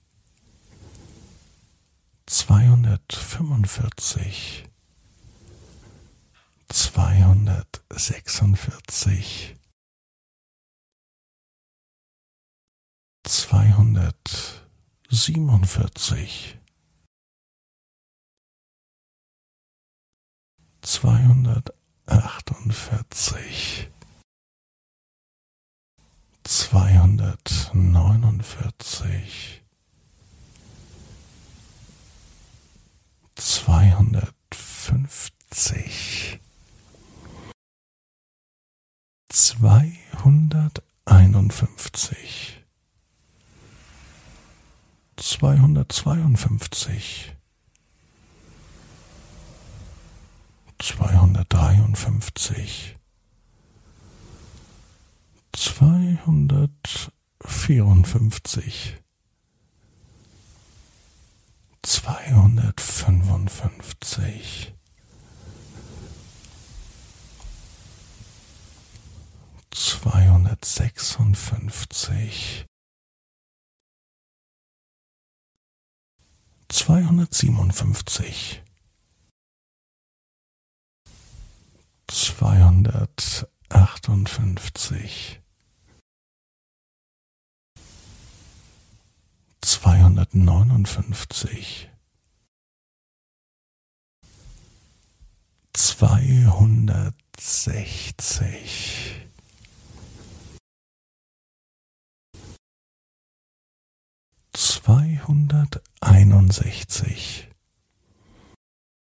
245, 246, 247, 248, 249, 250, 251, 252, 253, 254, 255, 256, 257, 258, 259, 260, 261,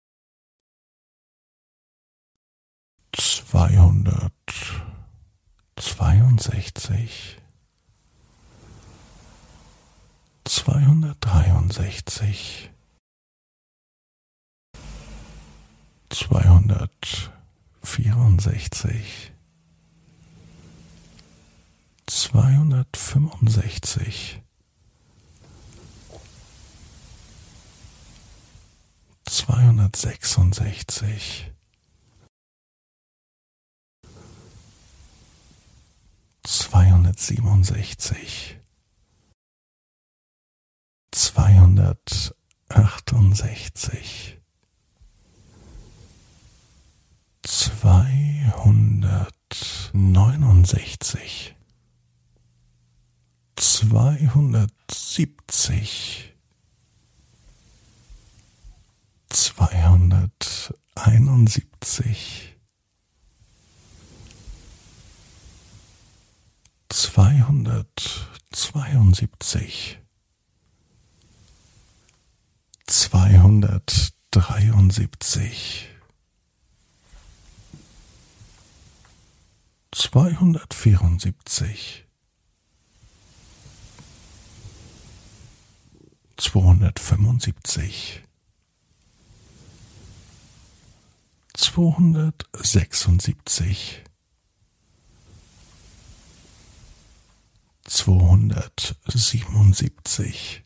262, 62, 263, 264, 265, 266, 267, 268, 269, 270, 271, 272, 273, 274, 275, 276, 277,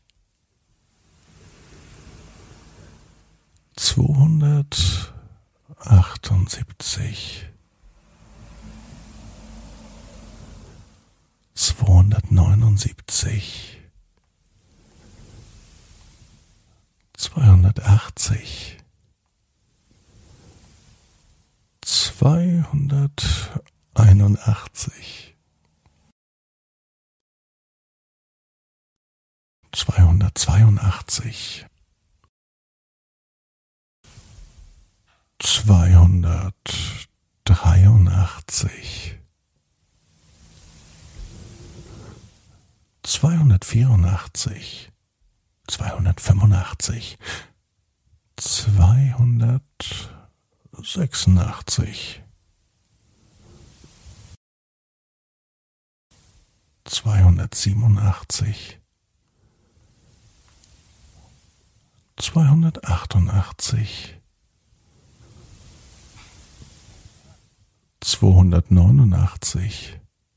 278, 279, 280, 281, 282, 283, 284, 285, 286, 287, 288, 289,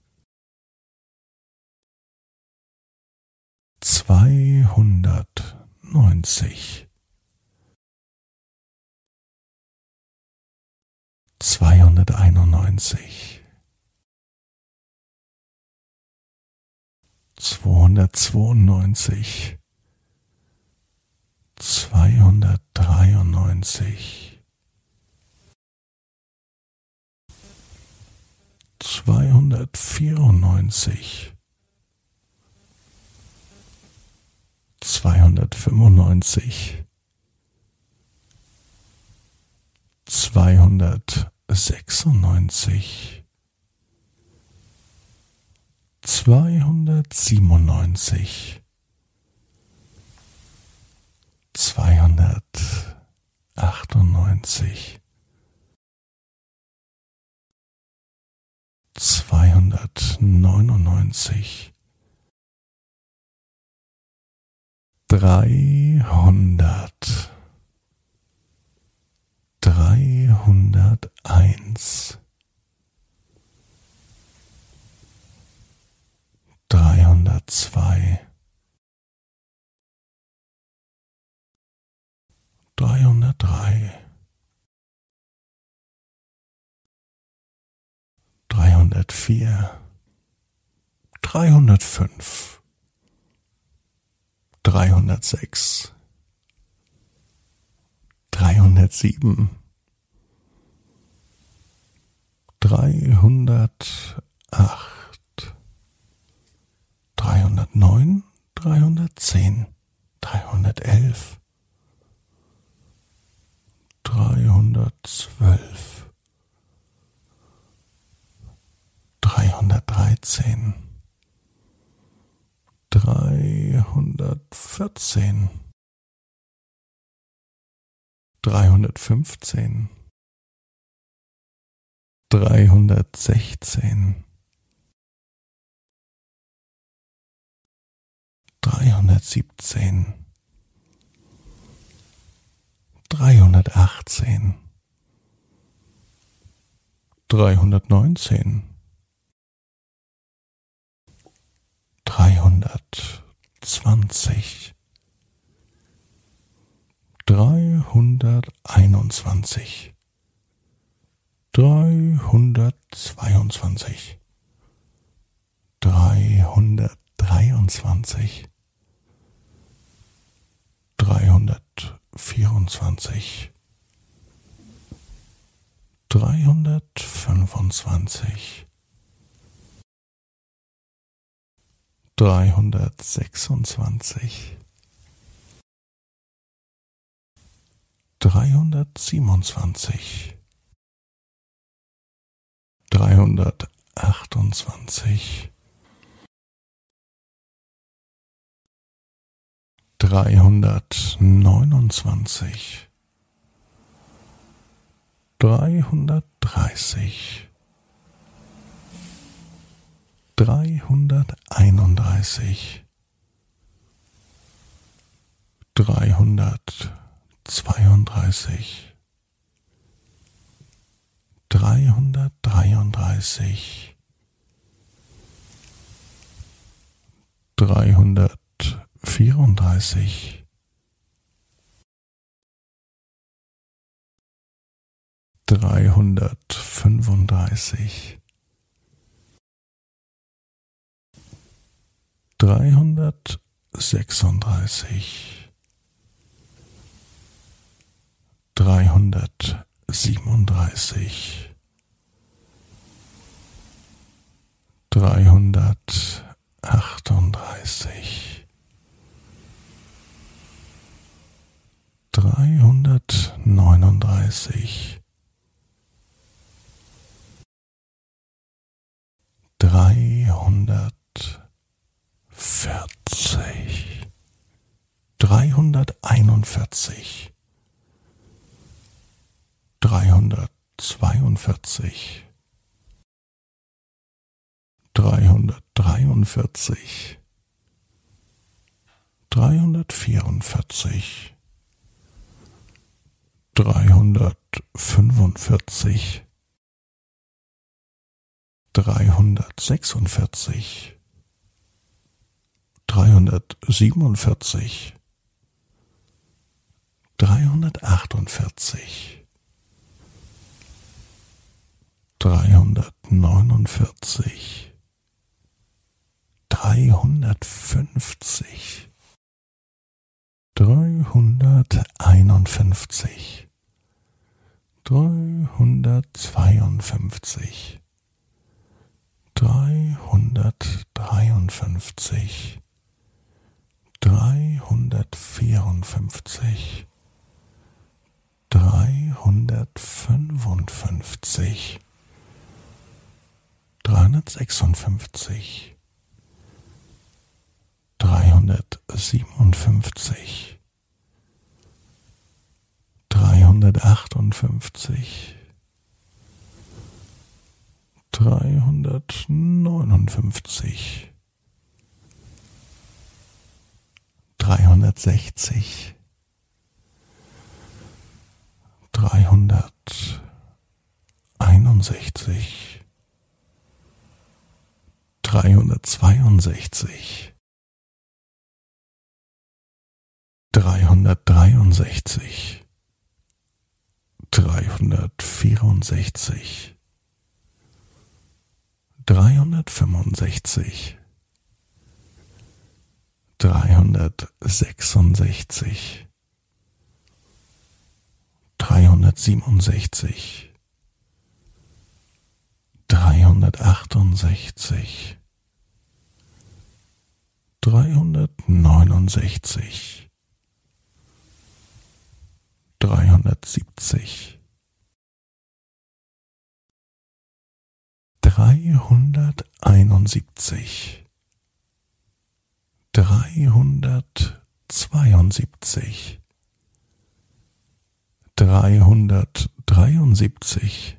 290, 291, 292, 293, 294, 295, 296, 297, 298, 299, 300, 301, 302, 303, 304, 305, 306, 307, 308, 309, 310, 311, 312, 313, 314, 315, 316, 317, 318, 319, 320, 321, 322, 323, 324, 325, 326, 327, 328, 329, 330, 331, 332, 333, 334, 335, 336, 337, 338, 339, 340, 341, 342, 343, 344, 345, 346, 347, 348, 349, 350, 351, 352, 353, 354, 355, 356, 357, 358, 359, 360, 361, 362, 363, 364, 365, 366, 367, 368, 369, 370, 371, 372, 373,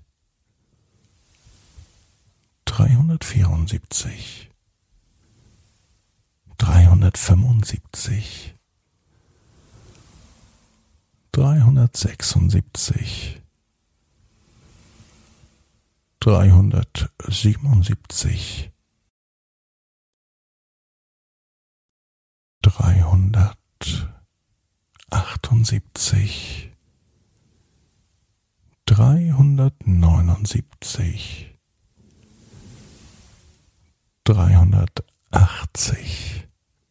374, 375, 376, 377, 378, 379, 380,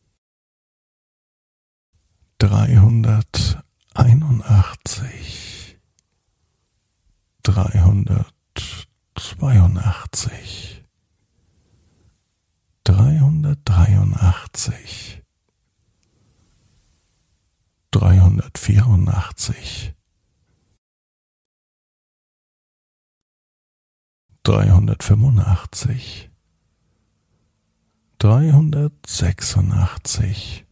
381, 382, 383, 384, 385, 386,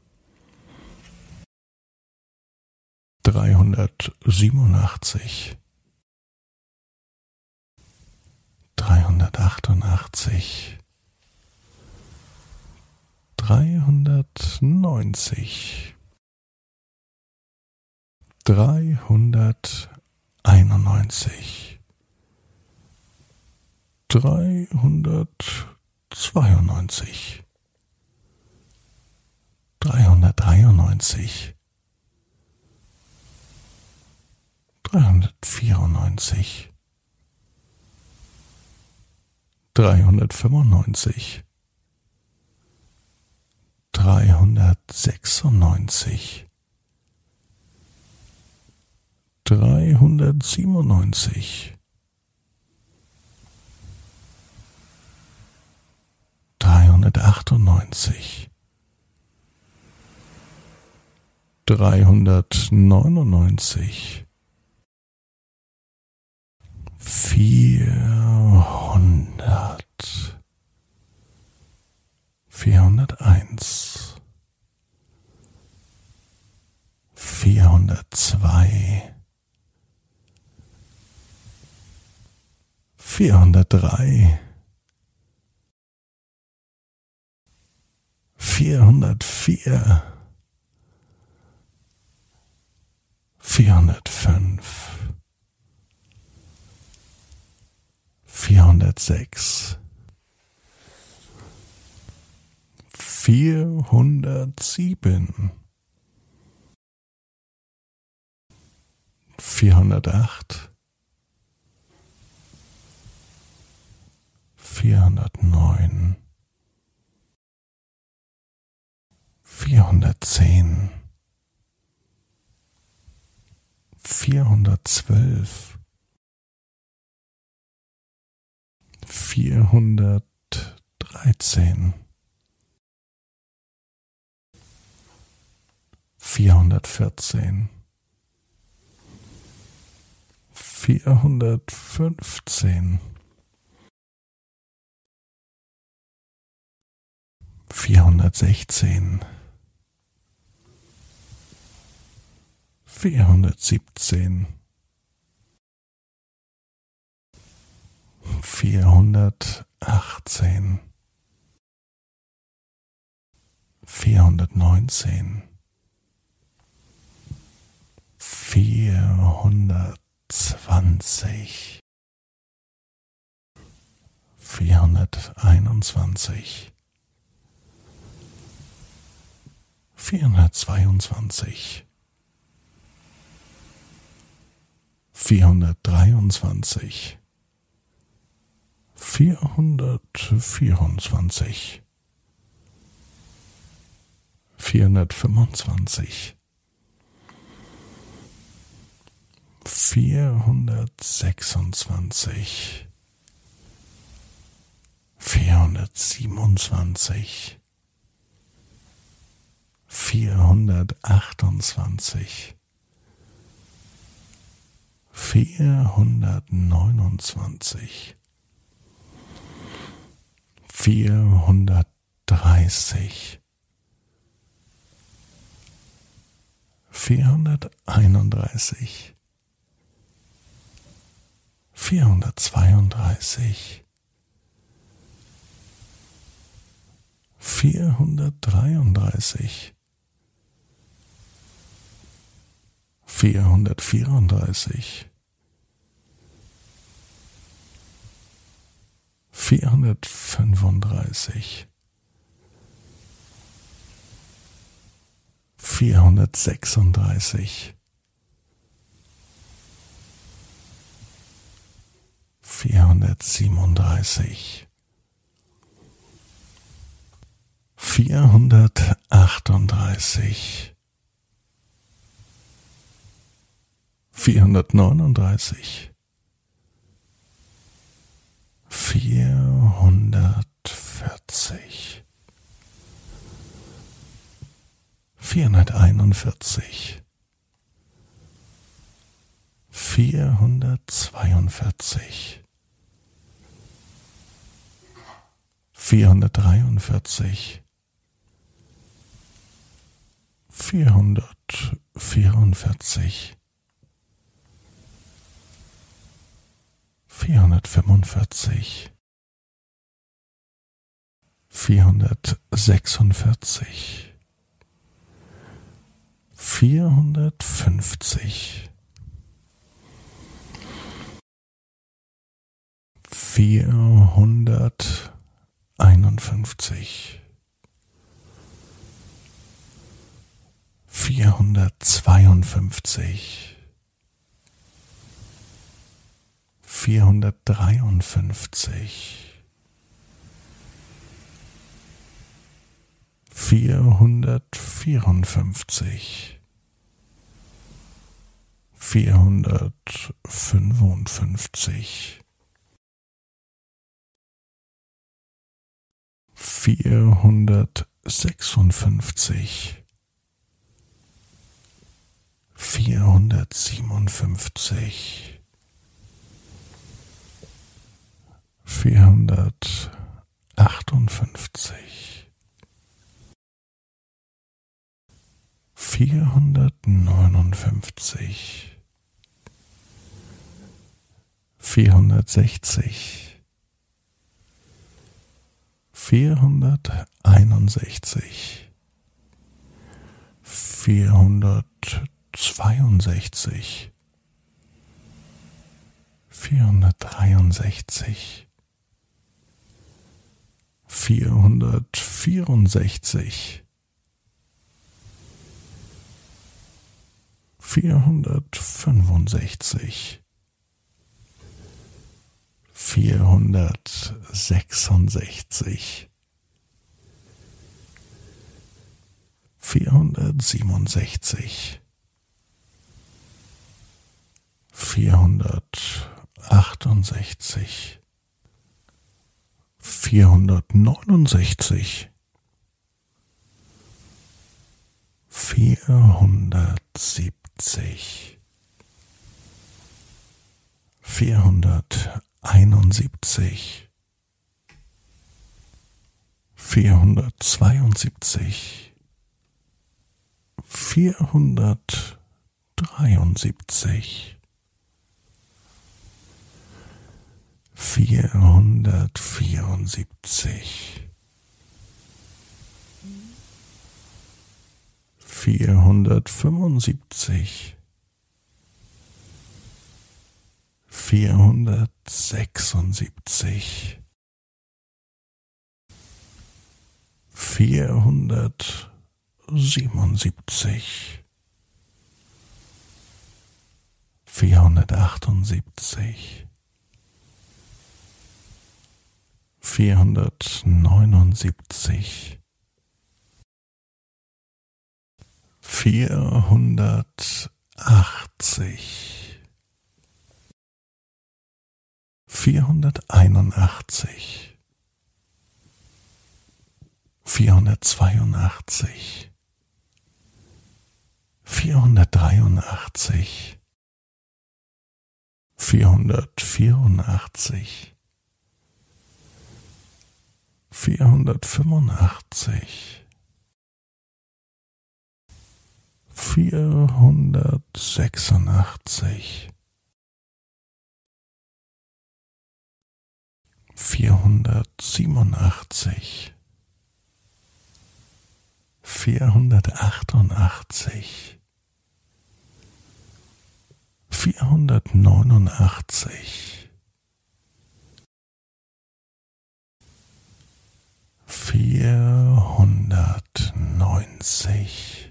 387, 388, 390, 391, 392, 393, 394, 395, 396, 397, 398, 399, 400, 401, 402, 403, 404, 405, 406, 407, 408, 409, 410, 412, 413, 414, 415, 416, 417, 418, 419, 420, 421, 422, 423, 424, 425, 426, 427, 428, 429, 430, 431, 432, 433, 434, 435, 436, 437, 438, 439, 440, 441, 442, 443, 444, 445, 446, 450, 451, 452, 453, 454, 455, 456, 457, 458, 459, 460, 461, 462, 463, 464, 465, 466, 467, 468, 469, 470, 471, 472, 473, 474, 475, 476, 477, 478, 479, 480, 481, 482, 483, 484, 485, 486, 487, 488, 489, 490,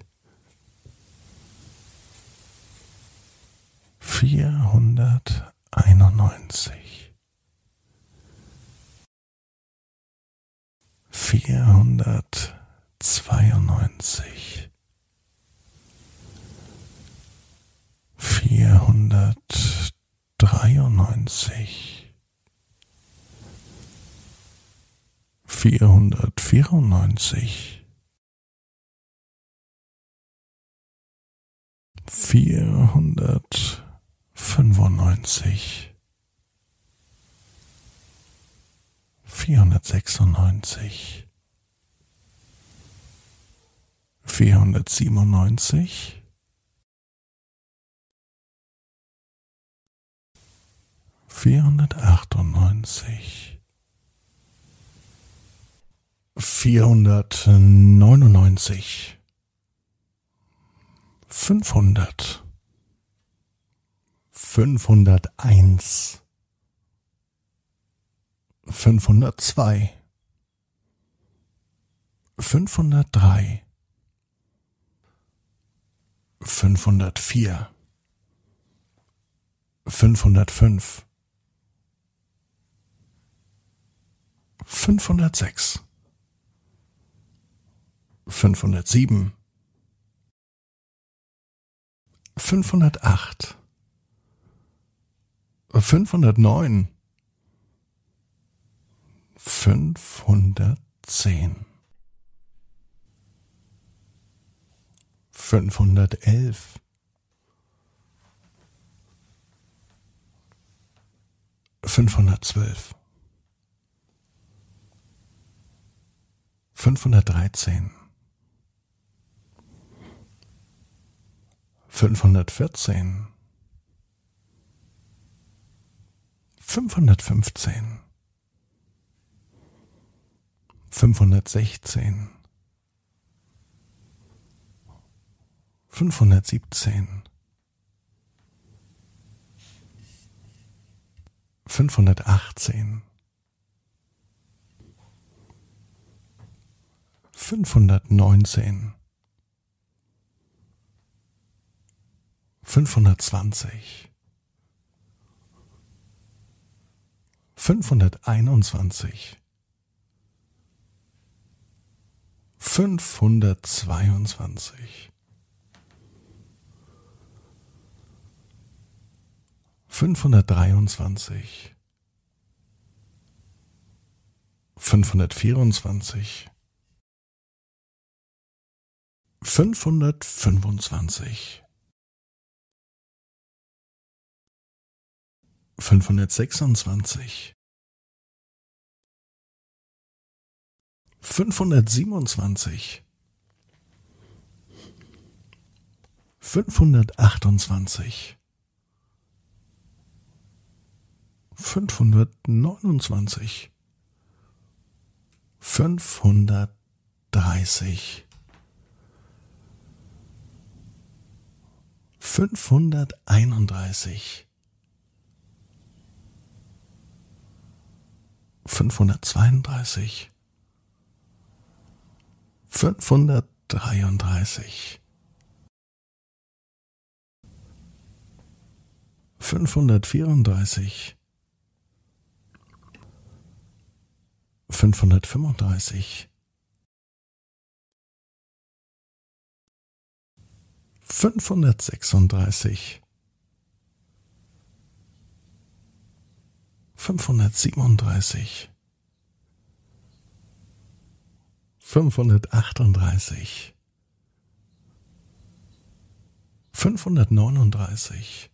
491, 492, 493, 494, 495, 496, 497, 498, 499, 500, 501, 502, 503, 504, 505, 506, 507, 508, 509, 510, 511, 512, 513, 514, 515, 516, 517, 518, 519, 520, 521, 522, 523, 524, 525, 526, 527, 528, 529, 530, 531, 532, 533, 534, 535, 536, 537, 538, 539,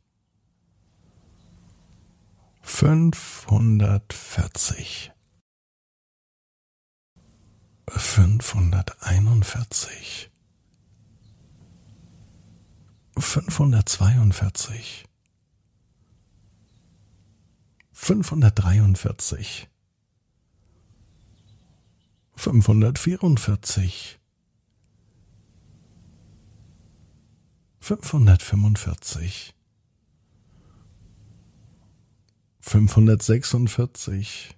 540, 541, 542, 543, 544, 545, 546,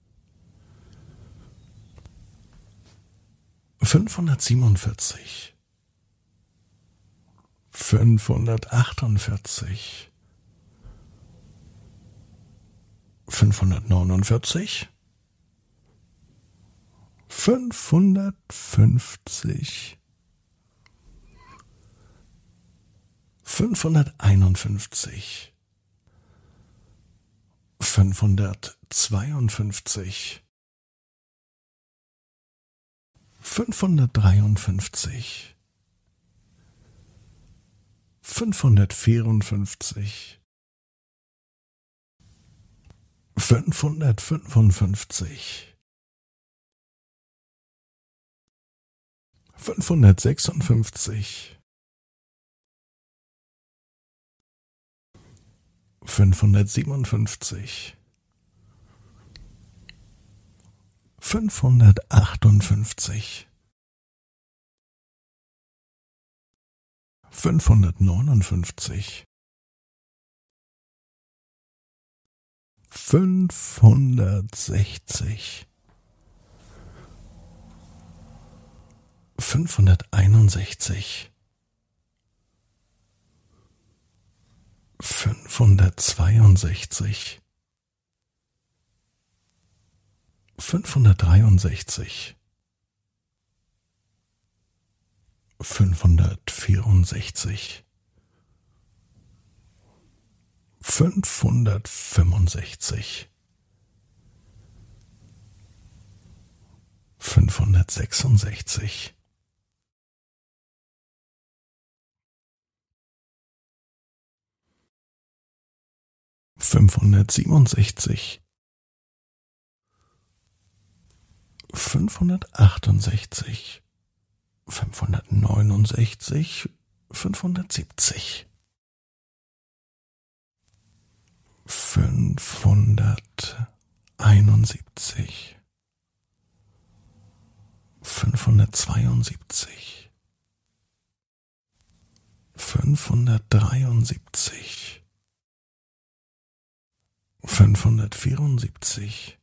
547, 548, 549, 550, 551, 552, 553, 554, 555, 556, 557, 558, 559, 560, 561, 562, 563, 564, 565, 566, 567, 568, 569, 570, 571, 572, 573, 574,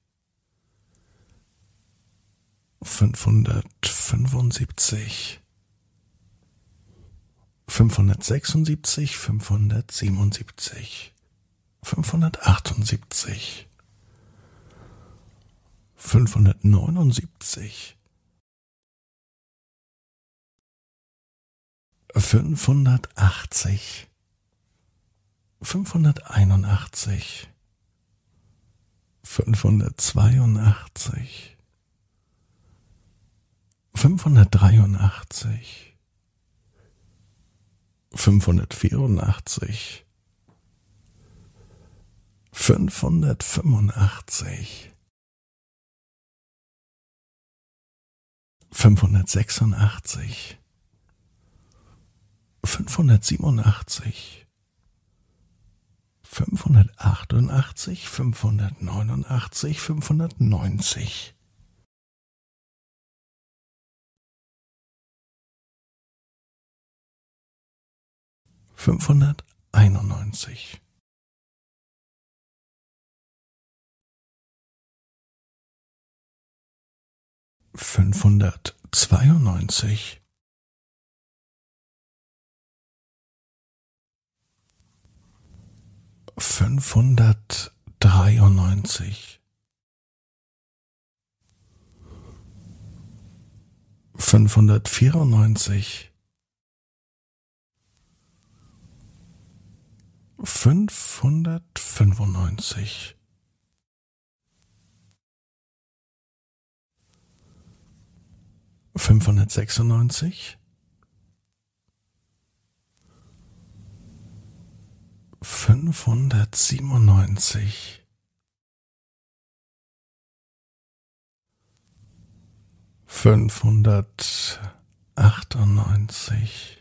575, 576, 577, 578, 579, 580, 581, 582, 583, 584, 585, 586, 587, 588, 589, 590, 591, 592, 593, 594, 595, 596, 597, 598,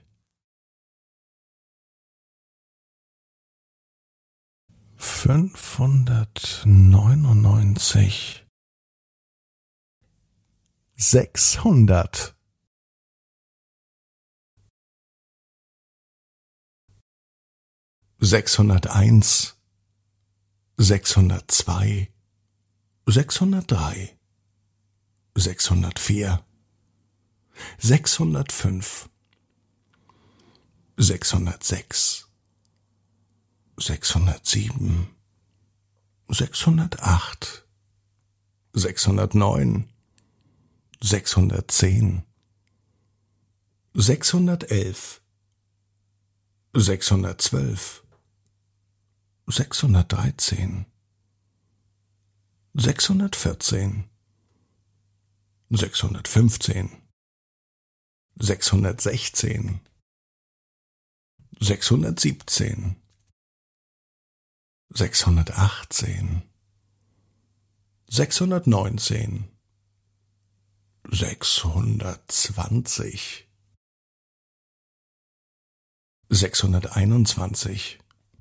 599, 600. 601, 602, 603, 604, 605, 606, 607, 608, 609, 610, 611, 612, 613, 614, 615, 616, 617, 618, 619, 620, 621,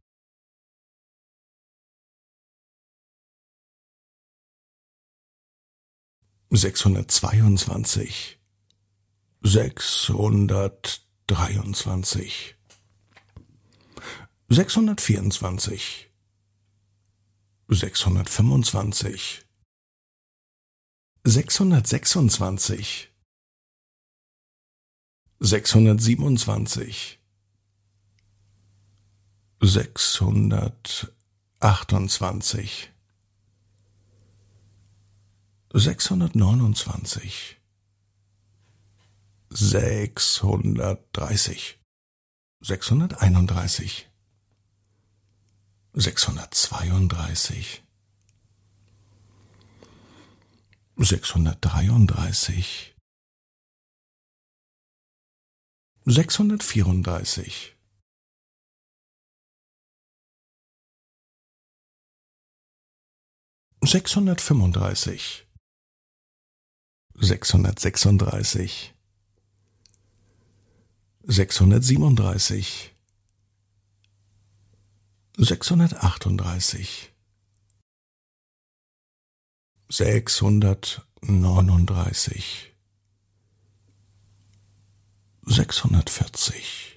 622, 623, 624, 625, 626, 627, 628, 629, 630, 631, 632, 633, 634, 635, 636, 637, 638, 639, 640,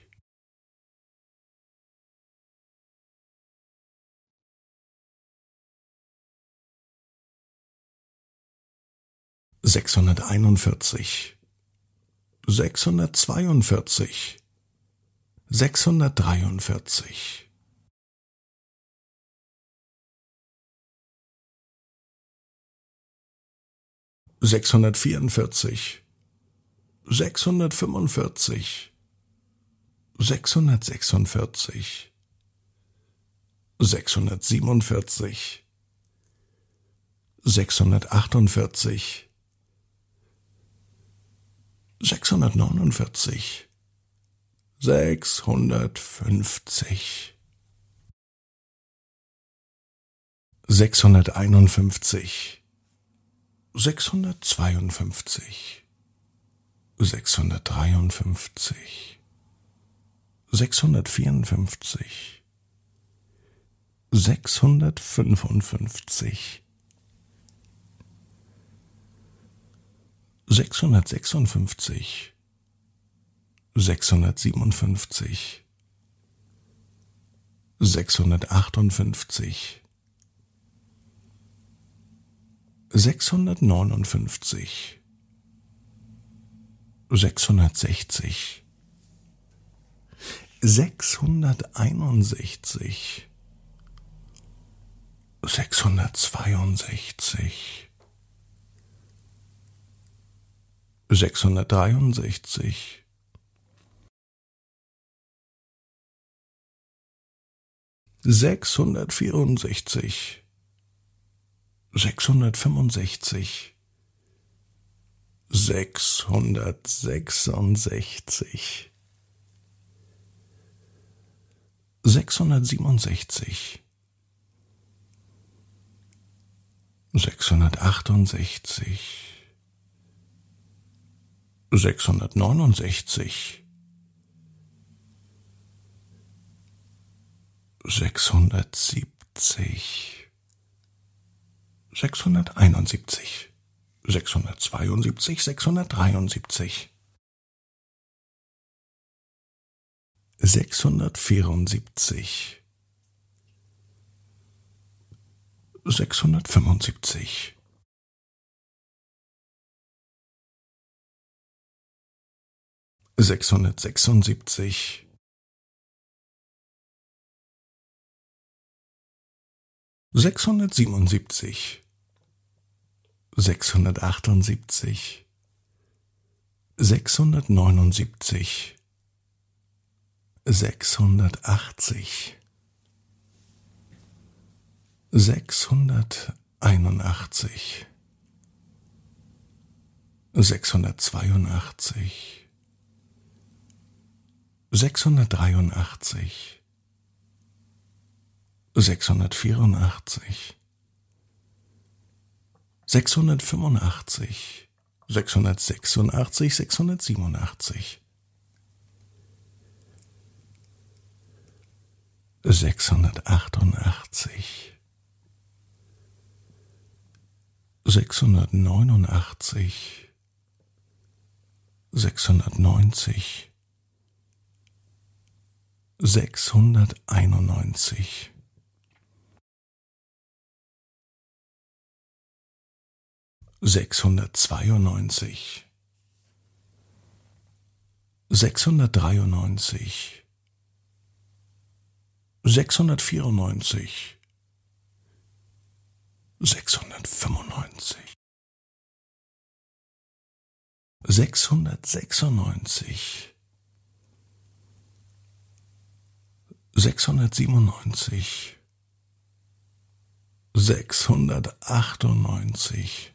641, 642, 643, 644, 645, 646, 647, 648, 649, 650, 651, 652, 653, 654, 655, 656, 657, 658, 659, 660, 661, 662, 663, 664, 665, 666, 667, 668, 669, 670, 671, 672, 673, 674, 675, 676, 677, 678, 679, 680, 681, 682, 683, 684, 685, 686, 687, 688, 689, 690, 691, 692, 693, 694, 695, 696, 697, 698,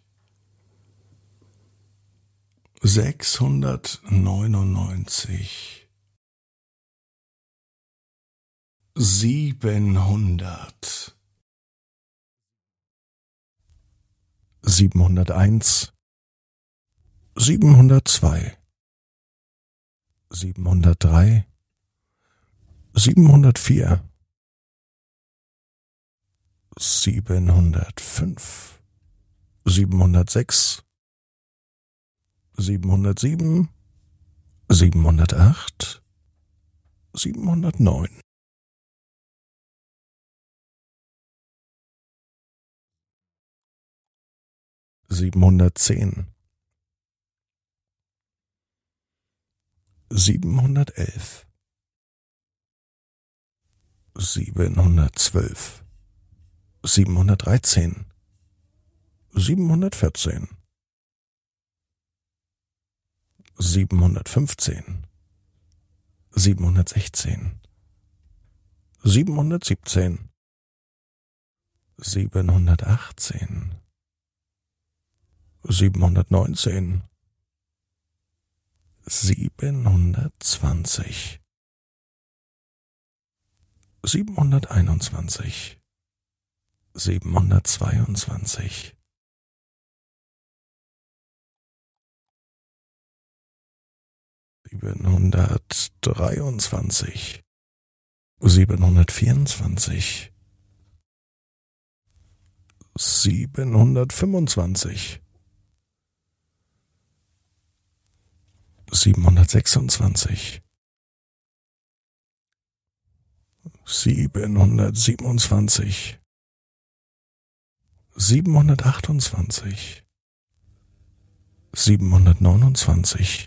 699, 700, 701, 702, 703, 704, 705, 706, 707, 708, 709, 710, 711, 712, 713, 714, 715, 716, 717, 718, 719, 720, 721, 722, 723, 724, 725, 726, 727, 728, 729,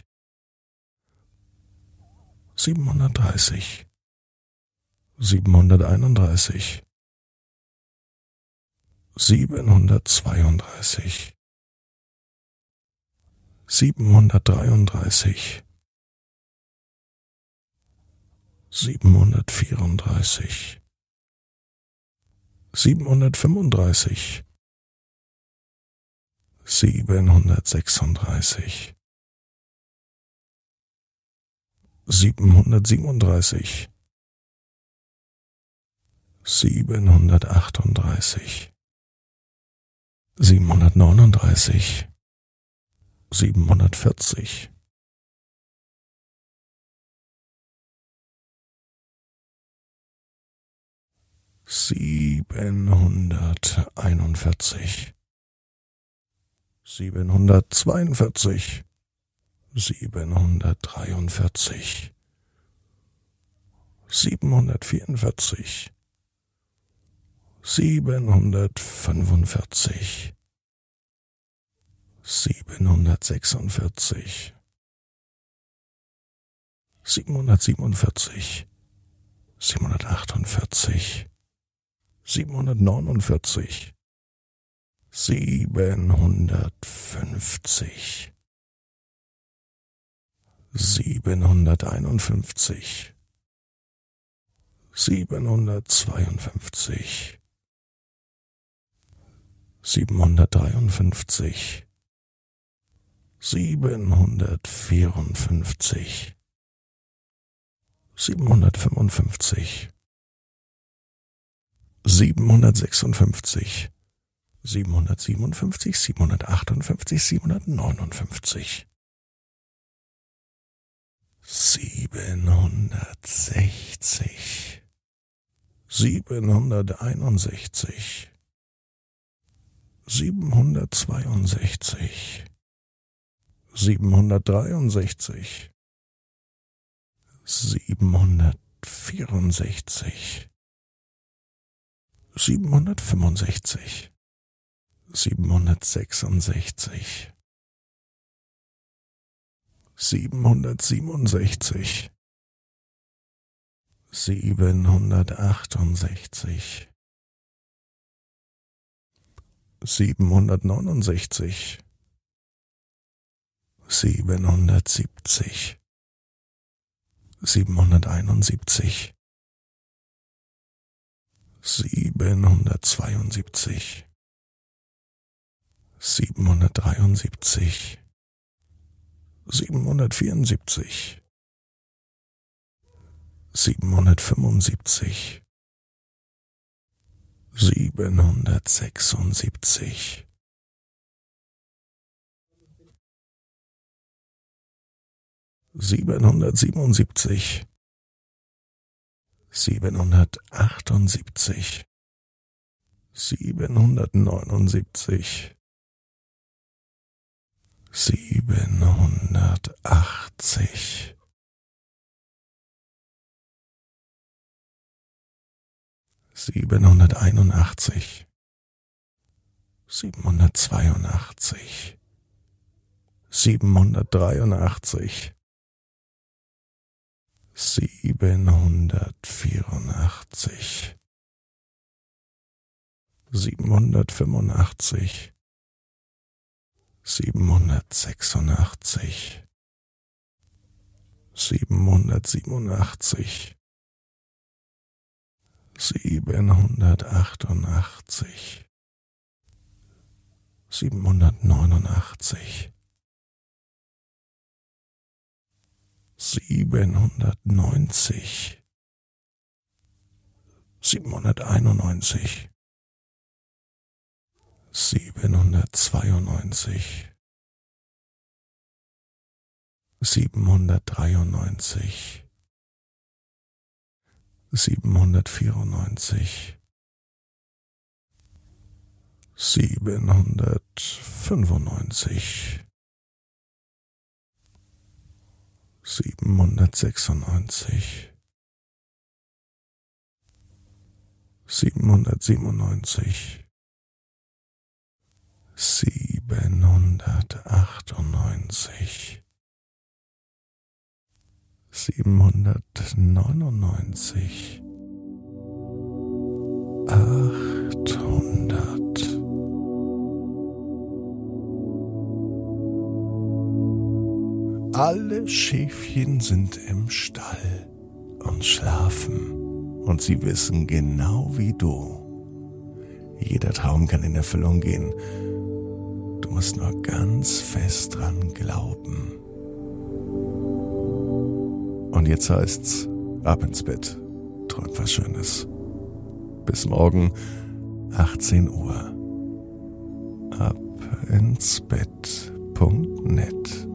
730, 731, 732, 733, 734, 735, 736, 737, 738, 739, 740, 741, 742, 743, 744, 745, 746, 747, 748, 749, 750, 751, 752, 753, 754, 755, 756, 757, 758, 759, 760, 761, 762, 763, 764, 765, 766, 767, 768, 769, 770, 771, 772, 773, 774, 775, 776, 777, 778, 779, 780, 781, 782, 783, 784, 785, 786, 787, 788, 789, 790, 791, 792, 793, 794, 795, 796, 797, 798, 799, 800. Alle Schäfchen sind im Stall und schlafen, und sie wissen genau wie du. Jeder Traum kann in Erfüllung gehen. Du musst nur ganz fest dran glauben. Und jetzt heißt's, ab ins Bett, träum was Schönes. Bis morgen, 18 Uhr. abinsbett.net